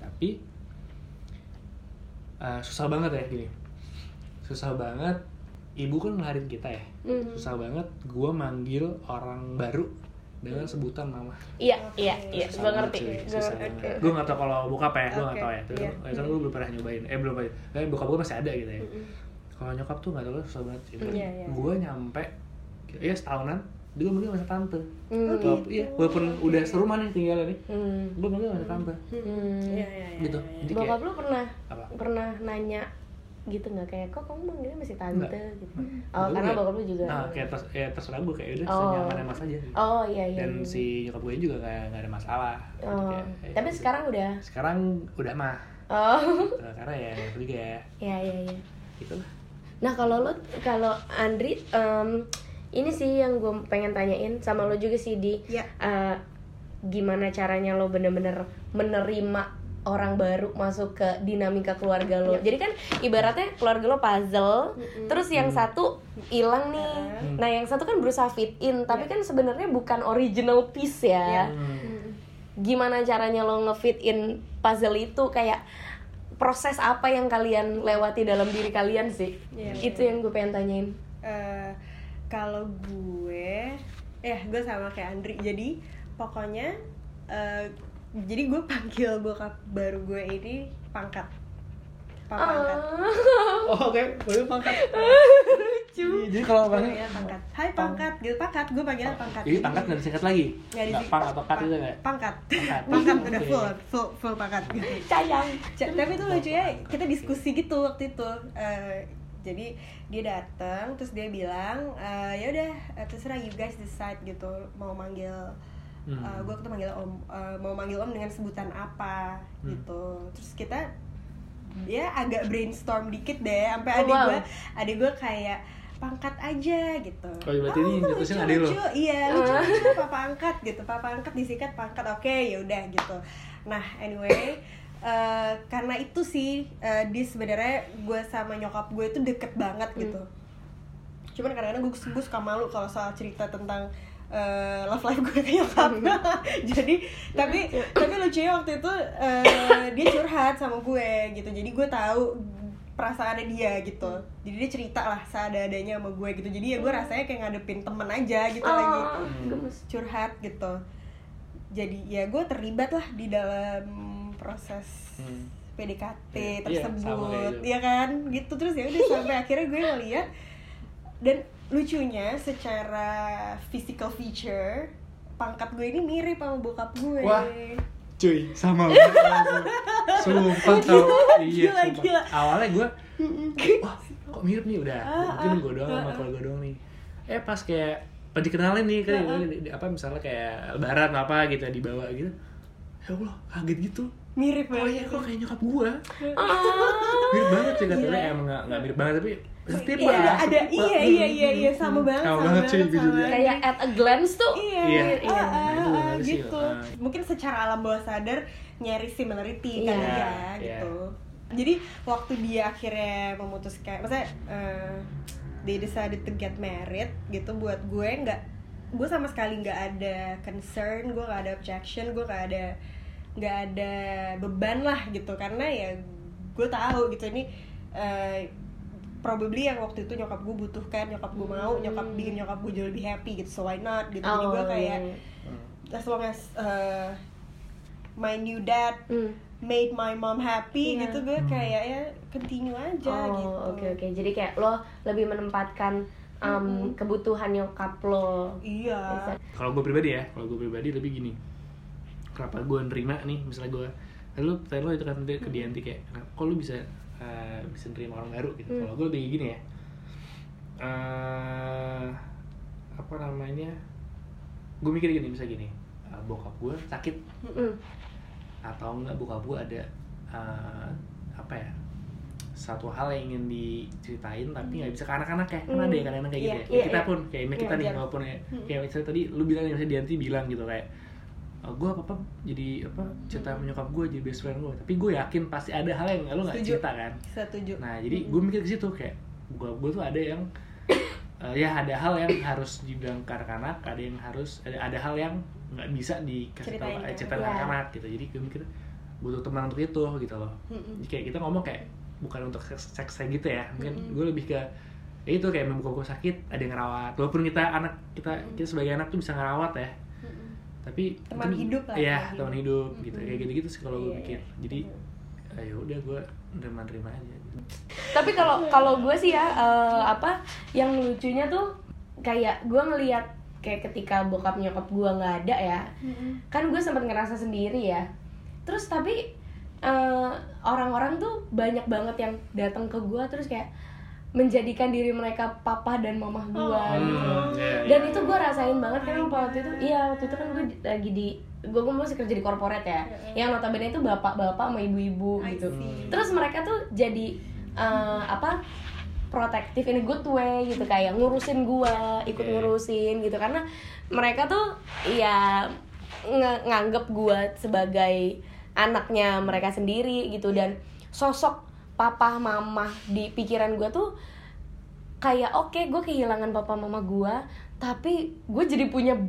[SPEAKER 2] susah banget ya gini, susah banget. Ibu kan ngelahirin kita ya, susah banget gue manggil orang baru dengan sebutan mama.
[SPEAKER 1] Iya, gue ngerti.
[SPEAKER 2] Gue nggak tahu kalau bokap ya, gue nggak tahu ya. Terus gue belum pernah nyobain, kayak bokap gue masih ada gitu ya. Kalau nyokap tuh nggak tahu, susah banget sih. Gue nyampe, ya setahunan, dia manggil masa tante. Iya, walaupun udah serumah nih tinggalnya nih, gue manggil masa tante. Gitu.
[SPEAKER 1] Bokap lu pernah nanya gitu nggak, kayak kok kamu manggilnya masih tante gitu? Karena bokap lu juga.
[SPEAKER 2] Kayak terserah gue, kayak udah senyaman mas aja.
[SPEAKER 1] Iya.
[SPEAKER 2] Dan si nyokap gue juga nggak ada masalah.
[SPEAKER 1] Tapi sekarang udah.
[SPEAKER 2] Sekarang udah mah. Karena ya itu juga ya.
[SPEAKER 1] Iya.
[SPEAKER 2] Itulah.
[SPEAKER 1] Nah kalau Andri, ini sih yang gue pengen tanyain sama lo juga sih gimana caranya lo bener-bener menerima orang baru masuk ke dinamika keluarga lo. Jadi kan ibaratnya keluarga lo puzzle, terus yang satu hilang nih. Nah yang satu kan berusaha fit in, tapi kan sebenarnya bukan original piece ya. Gimana caranya lo ngefit in puzzle itu, kayak proses apa yang kalian lewati dalam diri kalian sih? Itu yang gue pengen tanyain.
[SPEAKER 3] Kalau gue sama kayak Andri. Jadi pokoknya jadi gue panggil bokap baru gue ini pangkat. Pangkat.
[SPEAKER 2] Oke, boleh pangkat.
[SPEAKER 3] Lucu.
[SPEAKER 2] Jadi kalau panggil
[SPEAKER 3] pangkat. Hai pangkat, gitu pangkat. Gue panggilnya pangkat.
[SPEAKER 2] Jadi pangkat nggak disingkat lagi? Nggak pang atau kat itu nggak?
[SPEAKER 3] Pangkat. Pangkat udah full pangkat gitu.
[SPEAKER 1] Sayang.
[SPEAKER 3] Tapi itu lucu ya, kita diskusi gitu waktu itu. Jadi dia datang, terus dia bilang, ya udah terserah you guys decide gitu, mau manggil gue tuh manggil om, mau manggil om dengan sebutan apa gitu. Terus kita ya agak brainstorm dikit deh, sampai adik gue kayak pangkat aja gitu.
[SPEAKER 2] Oh berarti ini jatuhnya adik lo?
[SPEAKER 3] Iya, lucu papa angkat gitu, papa angkat disikat pangkat, oke ya udah gitu. Nah anyway, karena itu sih di sebenarnya gue sama nyokap gue itu deket banget gitu. Cuman kadang-kadang gue suka malu kalau soal cerita tentang love life gue ke nyokap. Jadi tapi lucunya waktu itu dia curhat sama gue gitu, jadi gue tahu perasaannya dia gitu, jadi dia cerita lah seadanya sama gue gitu, jadi ya gue rasanya kayak ngadepin temen aja gitu, lagi curhat gitu. Jadi ya gue terlibat lah di dalam proses PDKT tersebut, ya kan gitu. Terus ya udah sampai akhirnya gue ngeliat, dan lucunya secara physical feature pangkat gue ini mirip sama bokap gue.
[SPEAKER 2] Wah, cuy, sama banget. Sumpah tau. Iya,
[SPEAKER 3] Gila.
[SPEAKER 2] Awalnya gue, wah kok mirip nih, udah mungkin gue doang sama keluarga doang nih. Pas kayak dikenalin nih kan, apa misalnya kayak lebaran apa gitu dibawa gitu, ya Allah kaget gitu.
[SPEAKER 3] Mirip banget.
[SPEAKER 2] Oh iya, kok kayak nyokap gue. Mirip banget sih katanya, emang nggak mirip banget tapi setip banget.
[SPEAKER 3] Iya sama banget
[SPEAKER 2] cuy,
[SPEAKER 1] kayak at a glance tuh.
[SPEAKER 3] Iya. Gitu. Mungkin secara alam bawah sadar nyari similarity kan ya gitu. Jadi waktu dia akhirnya memutuskan, maksudnya they decided to get married gitu, buat gue sama sekali nggak ada concern, gue nggak ada objection, gue nggak ada beban lah gitu, karena ya gue tahu gitu ini probably yang waktu itu nyokap gue butuhkan, nyokap gue mau, bikin nyokap gue jauh lebih happy gitu, so why not gitu. Jadi gue kayak as long as my new dad made my mom happy gitu, gue kayak ya continue aja gitu.
[SPEAKER 1] Oke. Jadi kayak lo lebih menempatkan kebutuhan nyokap lo.
[SPEAKER 3] Iya.
[SPEAKER 2] Kalau gue pribadi lebih gini. Kenapa gue nerima nih, misalnya gue, lo itu kan ke Dianti kayak, kok lo bisa nerima orang baru gitu. Kalau gue lebih gini ya, apa namanya, gue mikir gini, misalnya gini, bokap gue sakit, atau enggak bokap gue ada apa ya, satu hal yang ingin diceritain tapi nggak bisa ke anak-anak ya, kan ada ya kadang-kadang kayak gitu ya. Kita pun kayak kita nih, walaupun ya kayak misalnya tadi lu bilang, misalnya Dianti bilang gitu kayak, gue apa jadi apa cerita menyokap gue jadi best friend gue, tapi gue yakin pasti ada hal yang lo nggak cerita kan.
[SPEAKER 3] Setuju.
[SPEAKER 2] Nah jadi gue mikir ke situ kayak gue tuh ada yang ya ada hal yang harus dibilang ke anak-anak, ada yang harus ada hal yang nggak bisa dikasih tahu ceritain anak-anak gitu. Jadi gue mikir butuh teman untuk itu gitu loh. Jadi kayak kita ngomong kayak bukan untuk seks gitu ya, mungkin gue lebih ke ya itu kayak membuka gue sakit ada yang ngerawat, walaupun kita sebagai anak tuh bisa ngerawat ya, tapi
[SPEAKER 3] teman hidup lah
[SPEAKER 2] ya teman hidup gitu, kayak gitu sih kalau gue pikir. Jadi ya udah gue nerima aja gitu.
[SPEAKER 1] Tapi kalau gue sih ya apa yang lucunya tuh kayak gue ngelihat kayak ketika bokap nyokap gue nggak ada ya, kan gue sempat ngerasa sendiri ya. Terus tapi orang-orang tuh banyak banget yang datang ke gue terus kayak menjadikan diri mereka papa dan mamah gue gitu. Dan itu gue rasain banget kan waktu itu kan gue lagi gue masih kerja di korporat ya, yang notabene itu bapak-bapak sama ibu-ibu gitu. Terus mereka tuh jadi apa, protektif in a good way gitu, kayak ngurusin gue, ikut ngurusin gitu, karena mereka tuh ya nganggep gue sebagai anaknya mereka sendiri gitu. Dan sosok papa mama di pikiran gue tuh kayak oke, gue kehilangan papa mama gue, tapi gue jadi punya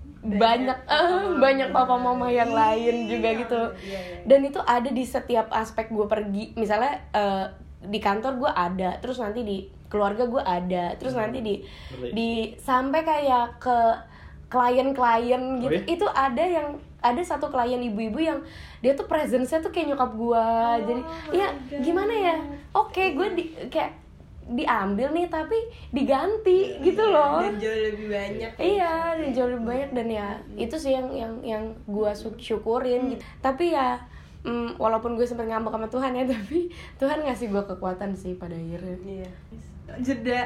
[SPEAKER 1] banyak papa mama yang lain juga gitu. Dan itu ada di setiap aspek gue pergi, misalnya di kantor gue ada, terus nanti di keluarga gue ada, terus nanti di sampai kayak ke klien-klien gitu. Itu ada satu klien ibu-ibu yang dia tuh presence-nya tuh kayak nyokap gue. Jadi ya gimana ya, oke, gue kayak diambil nih tapi diganti gitu loh.
[SPEAKER 3] Dan jauh lebih banyak.
[SPEAKER 1] Iya, dan jauh lebih banyak. Dan ya itu sih yang gue syukurin gitu. Tapi ya walaupun gue sempat ngambek sama Tuhan ya, tapi Tuhan ngasih gue kekuatan sih pada akhirnya.
[SPEAKER 3] Iya. Jeda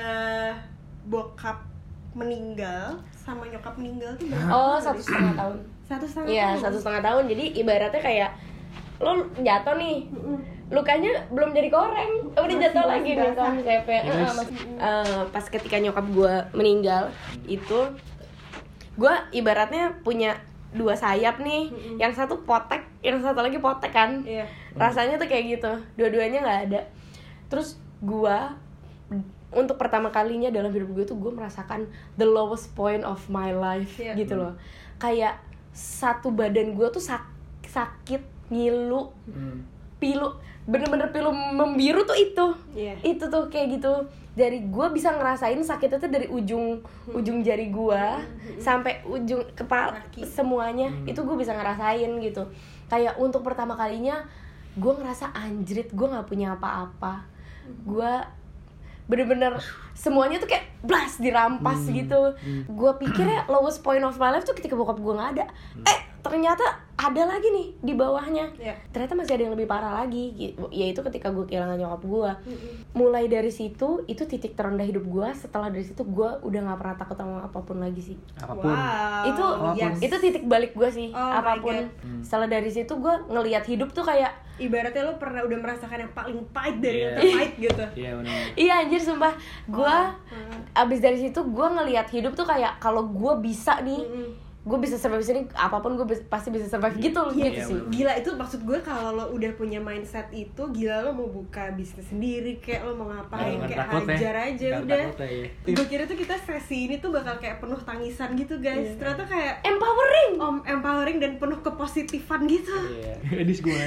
[SPEAKER 3] bokap meninggal sama nyokap meninggal tuh berapa?
[SPEAKER 1] 1,5 tahun.
[SPEAKER 3] 1,5
[SPEAKER 1] Iya,
[SPEAKER 3] tahun.
[SPEAKER 1] 1,5 tahun. Jadi ibaratnya kayak lo jatuh nih, lukanya belum jadi koreng, udah jatuh lagi nih konsepnya. Pas ketika nyokap gue meninggal itu, gue ibaratnya punya 2 sayap nih, yang satu potek, yang satu lagi potek kan. Rasanya tuh kayak gitu, dua-duanya nggak ada. Terus gue untuk pertama kalinya dalam hidup gue tuh gue merasakan the lowest point of my life gitu loh. Kayak satu badan gue tuh sakit, ngilu, pilu, bener-bener pilu membiru tuh itu tuh kayak gitu. Dari gue bisa ngerasain sakitnya tuh dari ujung jari gue sampai ujung kepala semuanya itu gue bisa ngerasain gitu. Kayak untuk pertama kalinya gue ngerasa anjrit, gue nggak punya apa-apa. Gue bener-bener semuanya tuh kayak blast dirampas gitu. Gue pikirnya lowest point of my life tuh ketika bokap gue nggak ada. Ternyata ada lagi nih di bawahnya. Ternyata masih ada yang lebih parah lagi, yaitu ketika gue kehilangan nyokap gue. Mulai dari situ, itu titik terendah hidup gue. Setelah dari situ gue udah nggak pernah takut sama apapun lagi sih.
[SPEAKER 2] Apapun.
[SPEAKER 1] Itu titik balik gue sih. Apapun. Setelah dari situ gue ngelihat hidup tuh kayak
[SPEAKER 3] ibaratnya lo pernah udah merasakan yang paling pahit dari yang terpahit gitu.
[SPEAKER 1] Iya anjir sumpah. Gue abis dari situ gue ngelihat hidup tuh kayak kalau gue bisa nih, gue bisa survive sini, apapun gue pasti bisa survive gitu sih.
[SPEAKER 3] Gila, itu maksud gue kalau lo udah punya mindset itu, gila lo mau buka bisnis sendiri, kayak lo mau ngapain, kayak hajar aja udah. Gue kira tuh kita sesi ini tuh bakal kayak penuh tangisan gitu guys, ternyata kayak empowering dan penuh kepositifan gitu.
[SPEAKER 2] Edis gue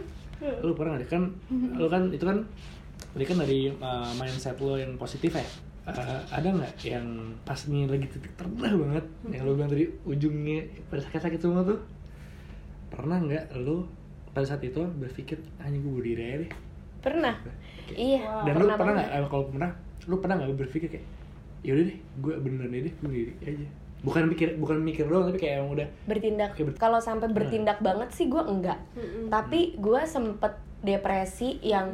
[SPEAKER 2] lu pernah nggak kan, lu kan itu kan tadi kan dari mindset lo yang positif ya. Ada nggak yang pas nih lagi titik terendah banget yang lo bilang tadi ujungnya pada sakit-sakit semua tuh, pernah nggak lo pada saat itu berpikir hanya gue bunuh diri aja deh?
[SPEAKER 1] Pernah. Iya.
[SPEAKER 2] Dan lo pernah nggak, kalau pernah, lo pernah nggak berpikir kayak yaudah deh gue beneran deh bunuh diri aja? Bukan mikir doang, tapi kayak yang udah
[SPEAKER 1] bertindak. Kalau sampai bertindak banget sih gue enggak. Tapi gue sempet depresi yang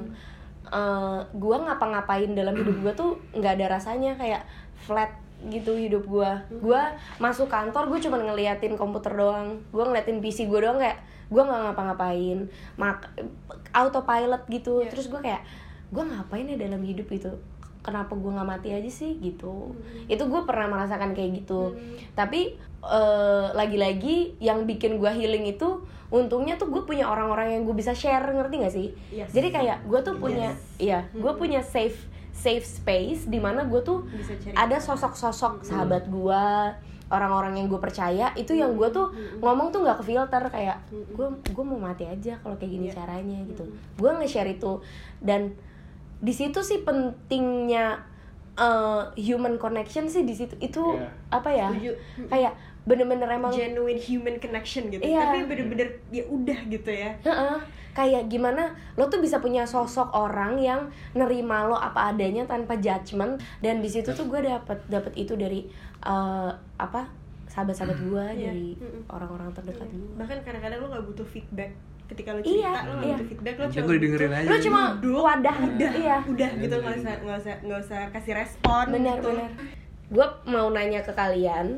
[SPEAKER 1] gue ngapa-ngapain dalam hidup gue tuh nggak ada rasanya, kayak flat gitu hidup gue. Gue masuk kantor gue cuma ngeliatin komputer doang, gue ngeliatin PC gue doang, kayak gue nggak ngapa-ngapain, autopilot gitu. Terus gue kayak gue ngapain ya dalam hidup itu, kenapa gue nggak mati aja sih gitu. Itu gue pernah merasakan kayak gitu. Tapi lagi-lagi yang bikin gue healing itu, untungnya tuh gue punya orang-orang yang gue bisa share, ngerti gak sih? Jadi kayak gue tuh punya gue punya safe space di mana gue tuh ada sosok-sosok sahabat gue, orang-orang yang gue percaya itu, yang gue tuh ngomong tuh nggak kefilter, kayak gue mau mati aja kalau kayak gini caranya gitu. Gue nge-share itu, dan di situ sih pentingnya human connection sih di situ. Itu apa ya? Kayak bener-bener emang
[SPEAKER 3] genuine human connection gitu. Tapi bener-bener ya udah gitu ya.
[SPEAKER 1] Kayak gimana lo tuh bisa punya sosok orang yang nerima lo apa adanya tanpa judgement. Dan di situ tuh gue dapet itu dari sahabat-sahabat gue, dari orang-orang terdekat gue.
[SPEAKER 3] Bahkan kadang-kadang lo nggak butuh feedback ketika lo cerita, lo nggak butuh feedback, lo cuma
[SPEAKER 2] dengerin aja.
[SPEAKER 1] Lo cuma wadah,
[SPEAKER 3] udah gitu, nggak usah kasih respon.
[SPEAKER 1] Benar. Gue mau nanya ke kalian,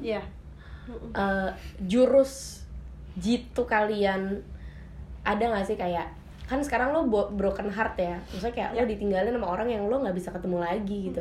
[SPEAKER 1] jurus jitu kalian ada nggak sih? Kayak kan sekarang lo broken heart ya, maksudnya kayak lo ditinggalin sama orang yang lo nggak bisa ketemu lagi gitu.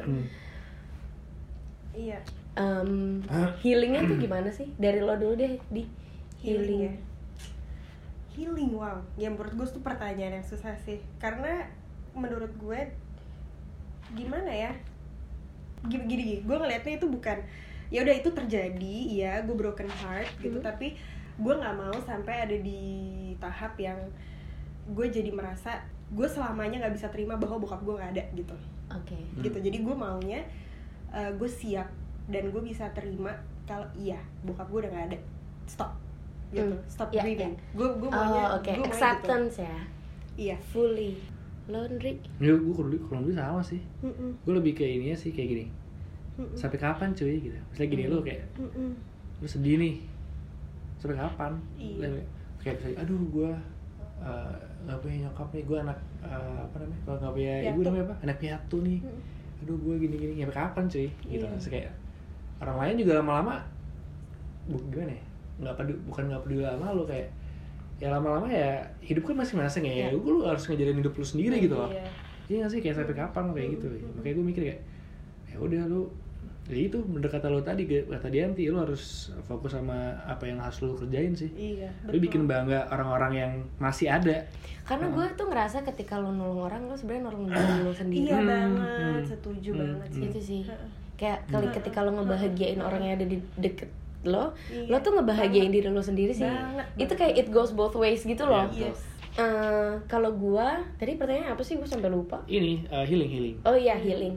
[SPEAKER 1] Healingnya tuh gimana sih? Dari lo dulu deh, di healing.
[SPEAKER 3] Healing, wow. Ya menurut gue tuh pertanyaan yang susah sih, karena menurut gue gimana ya? Gini, gue ngeliatnya itu bukan ya udah itu terjadi, ya gue broken heart gitu, tapi gue nggak mau sampai ada di tahap yang gue jadi merasa gue selamanya nggak bisa terima bahwa bokap gue nggak ada gitu. Gitu. Jadi gue maunya gue siap dan gue bisa terima kalau iya bokap gue udah nggak ada, stop gitu, stop grieving. Gue maunya
[SPEAKER 1] acceptance gitu.
[SPEAKER 3] Iya,
[SPEAKER 1] fully. Laundry.
[SPEAKER 2] Ya gue kurang lebih sama sih. Gue lebih kayak ininya sih, kayak gini. Sampai kapan cuy gitu. Misalnya gini lo kayak lo sedih nih, sampai kapan? Kayak misalnya aduh gue nggak punya nyokap nih, gue anak apa namanya, kalau nggak punya ibu namanya apa, anak piatu nih. Aduh gue gini sampai kapan cuy gitu. Terus kayak orang lain juga lama-lama gimana ya, bukan nggak peduli sama lo, kayak ya lama-lama ya hidup kan masing-masing ya. Lu harus ngajarin hidup lu sendiri gitu loh. Iya nggak sih, kayak sampai kapan kayak gitu. Makanya gue mikir kayak ya udah lu, ya itu bener kata lo tadi, kata Dianti, lu harus fokus sama apa yang harus lu kerjain sih.
[SPEAKER 3] Iya,
[SPEAKER 2] lu bikin bangga orang-orang yang masih ada.
[SPEAKER 1] Karena gue tuh ngerasa ketika lu nolong orang, lu sebenarnya nolong diri lu sendiri.
[SPEAKER 3] Iya banget, setuju banget sih.
[SPEAKER 1] Itu sih. Kayak ketika lu ngebahagiain orang yang ada di deket lo tuh ngebahagiain diri lo sendiri sih. Itu kayak it goes both ways gitu loh.
[SPEAKER 3] Yes.
[SPEAKER 1] Kalau gue, tadi pertanyaannya apa sih? Gue sampai lupa.
[SPEAKER 2] Ini healing.
[SPEAKER 1] Oh iya, healing.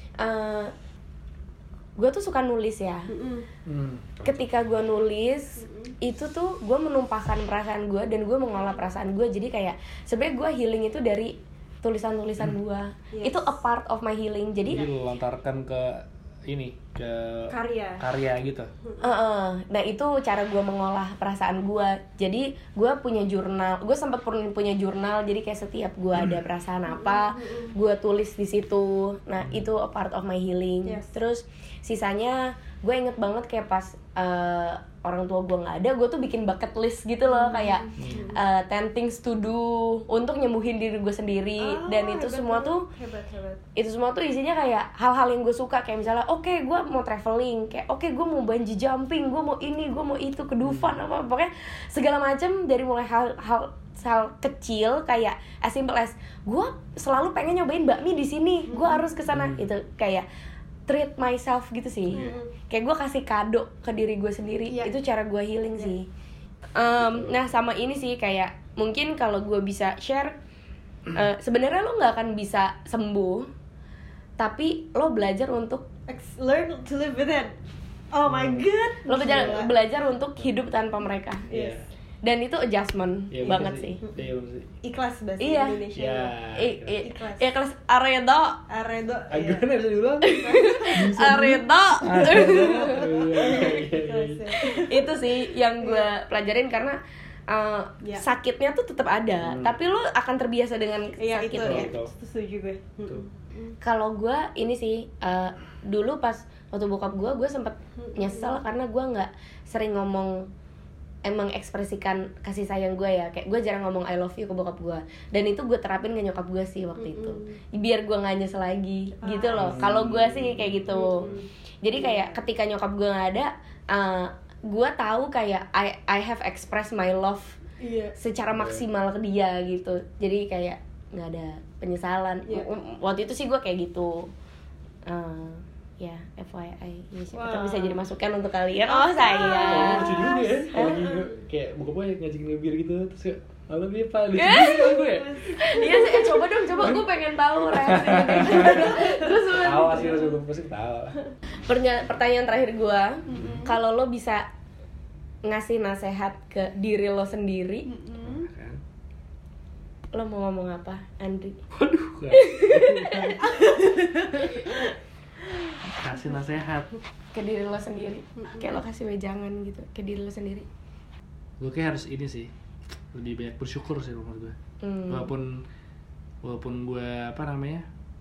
[SPEAKER 1] Gue tuh suka nulis ya. Ketika gue nulis, itu tuh gue menumpahkan perasaan gue dan gue mengolah perasaan gue. Jadi kayak sebenarnya gue healing itu dari tulisan-tulisan gue. Itu a part of my healing. Jadi
[SPEAKER 2] lu lontarkan ke ini, ke karya gitu.
[SPEAKER 1] Nah itu cara gue mengolah perasaan gue. Jadi gue punya jurnal. Gue sempat punya jurnal. Jadi kayak setiap gue ada perasaan apa, gue tulis di situ. Nah itu a part of my healing. Terus sisanya gue inget banget kayak pas orang tua gue nggak ada, gue tuh bikin bucket list gitu loh, kayak 10 things to do untuk nyembuhin diri gue sendiri. Dan itu semua tuh itu semua tuh isinya kayak hal-hal yang gue suka, kayak misalnya oke, gue mau traveling, kayak oke, gue mau bungee jumping, gue mau ini, gue mau itu, ke Dufan apa, pokoknya segala macam. Dari mulai hal kecil kayak as simple as gue selalu pengen nyobain bakmi di sini, gue harus kesana. Itu kayak treat myself gitu sih. Kayak gue kasih kado ke diri gue sendiri. Itu cara gue healing sih. Nah sama ini sih, kayak mungkin kalau gue bisa share, sebenarnya lo nggak akan bisa sembuh, tapi lo belajar untuk
[SPEAKER 3] learn to live with it. Oh my god.
[SPEAKER 1] Lo belajar untuk hidup tanpa mereka. Dan itu adjustment banget sih.
[SPEAKER 3] Ikhlas bahasa Indonesia.
[SPEAKER 1] Ikhlas Aredo.
[SPEAKER 2] Gimana bisa diulang?
[SPEAKER 1] Aredo. Itu sih yang gue pelajarin, karena sakitnya tuh tetap ada, tapi lo akan terbiasa dengan sakitnya.
[SPEAKER 3] Setuju gue.
[SPEAKER 1] Kalau gue ini sih, dulu pas waktu bokap gue sempet nyesel karena gue nggak sering ngomong, emang ekspresikan kasih sayang gue ya. Kayak gue jarang ngomong I love you ke bokap gue, dan itu gue terapin ke nyokap gue sih waktu itu, biar gue nggak nyesel lagi gitu loh. Kalau gue sih kayak gitu. Jadi kayak ketika nyokap gue nggak ada, gue tahu kayak I have expressed my love secara maksimal ke dia gitu. Jadi kayak nggak ada penyesalan. Waktu itu sih gue kayak gitu. Ya, FYI, kita bisa jadi masukan untuk kalian. Oh saya.
[SPEAKER 2] Lucu juga ya. Lagi kayak buka gue ngajakin ngebir gitu, terus halo Bi Pak, lucu juga gue.
[SPEAKER 1] Iya sih, coba gue pengen tahu reaksinya. Terus
[SPEAKER 2] tahu sih, gue pasti tahu.
[SPEAKER 1] Pertanyaan terakhir gue, kalau lo bisa ngasih nasihat ke diri lo sendiri, lo mau ngomong apa, Andri?
[SPEAKER 2] Waduh. Kasih nasihat
[SPEAKER 1] ke diri lo sendiri, kayak lo kasih wejangan gitu ke diri lo sendiri.
[SPEAKER 2] Gue kayak harus ini sih, lebih banyak bersyukur sih menurut gue. Walaupun gue apa namanya,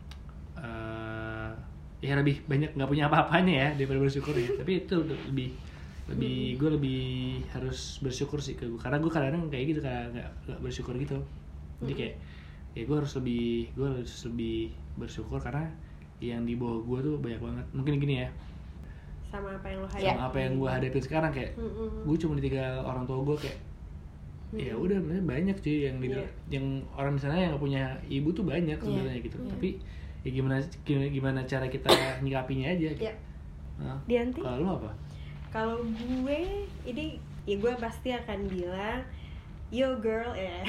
[SPEAKER 2] ya lebih banyak nggak punya apa-apanya ya daripada bersyukur ya. Tapi itu lebih gue lebih harus bersyukur sih ke gue, karena gue kadang-kadang kayak gitu, kayak nggak bersyukur gitu. Jadi kayak ya gue harus lebih bersyukur, karena yang di bawah gue tuh banyak banget. Mungkin gini ya,
[SPEAKER 3] sama apa yang lo
[SPEAKER 2] gue hadapin sekarang, kayak gue cuma ditinggal orang tua gue, kayak ya udah banyak sih yang orang di sana yang nggak punya ibu tuh banyak sebenarnya gitu. Tapi ya gimana cara kita nyikapinya aja gitu.
[SPEAKER 1] Dianti?
[SPEAKER 2] Kalau lo apa?
[SPEAKER 3] Kalau gue ini ya gue pasti akan bilang yo girl,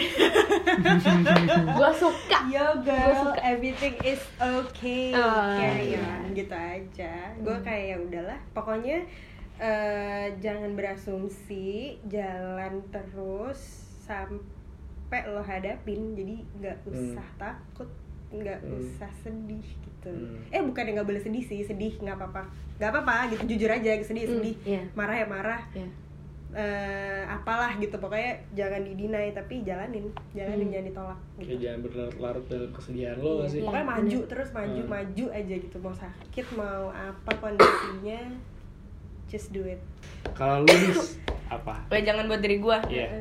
[SPEAKER 1] gue suka.
[SPEAKER 3] Yo girl, everything is okay, carry on gitu aja. Gue kayak ya udahlah, pokoknya jangan berasumsi, jalan terus sampai lo hadapin. Jadi nggak usah takut, nggak usah sedih gitu. Bukan nggak boleh sedih sih, sedih nggak apa-apa gitu, jujur aja, sedih marah ya marah. Apalah gitu, pokoknya jangan didinai, tapi jalanin jangan ditolak gitu.
[SPEAKER 2] Kayak jangan berlarut dalam kesedihan lo sih.
[SPEAKER 3] Pokoknya maju terus, maju aja gitu, mau sakit mau apa kondisinya, just do it.
[SPEAKER 2] Kalau lu apa?
[SPEAKER 1] Jangan buat diri gue.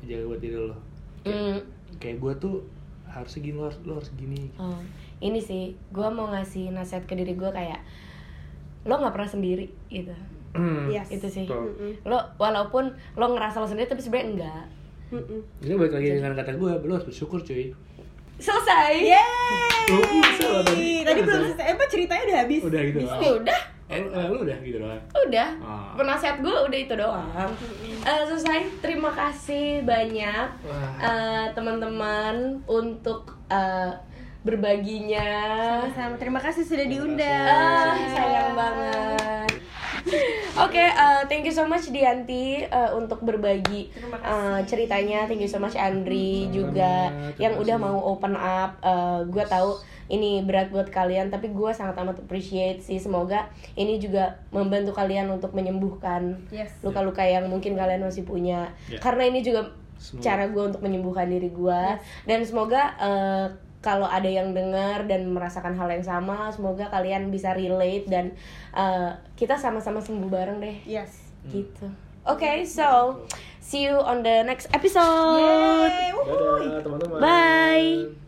[SPEAKER 2] jaga buat diri lo. Kayak gue tuh harusnya gini, lo harus gini.
[SPEAKER 1] Ini sih gue mau ngasih nasihat ke diri gue kayak lo nggak pernah sendiri gitu.
[SPEAKER 3] Yes.
[SPEAKER 1] Itu sih. Lo walaupun lo ngerasa lo sendiri tapi sebenarnya enggak.
[SPEAKER 2] Ini balik lagi dengan kata gue, lo harus bersyukur cuy.
[SPEAKER 1] Selesai.
[SPEAKER 2] Lo bisa loh
[SPEAKER 3] Tadi belum selesai. Ceritanya udah habis.
[SPEAKER 2] Udah gitu.
[SPEAKER 1] Udah.
[SPEAKER 2] Lu udah gitu doang.
[SPEAKER 1] Udah. Penasihat gue udah itu doang. Selesai. Terima kasih banyak teman-teman untuk berbaginya.
[SPEAKER 3] Sama-sama. Terima kasih sudah diundang.
[SPEAKER 1] Sayang banget. Oke, thank you so much Dianti untuk berbagi ceritanya. Thank you so much Andri juga yang udah mau open up. Gue tahu ini berat buat kalian, tapi gue sangat amat appreciate sih. Semoga ini juga membantu kalian untuk menyembuhkan luka-luka yang mungkin kalian masih punya. Karena ini juga cara gue untuk menyembuhkan diri gue. Dan semoga kalau ada yang dengar dan merasakan hal yang sama, semoga kalian bisa relate dan kita sama-sama sembuh bareng deh. Gitu. Okay, so see you on the next episode.
[SPEAKER 2] Dadah teman-teman.
[SPEAKER 1] Bye.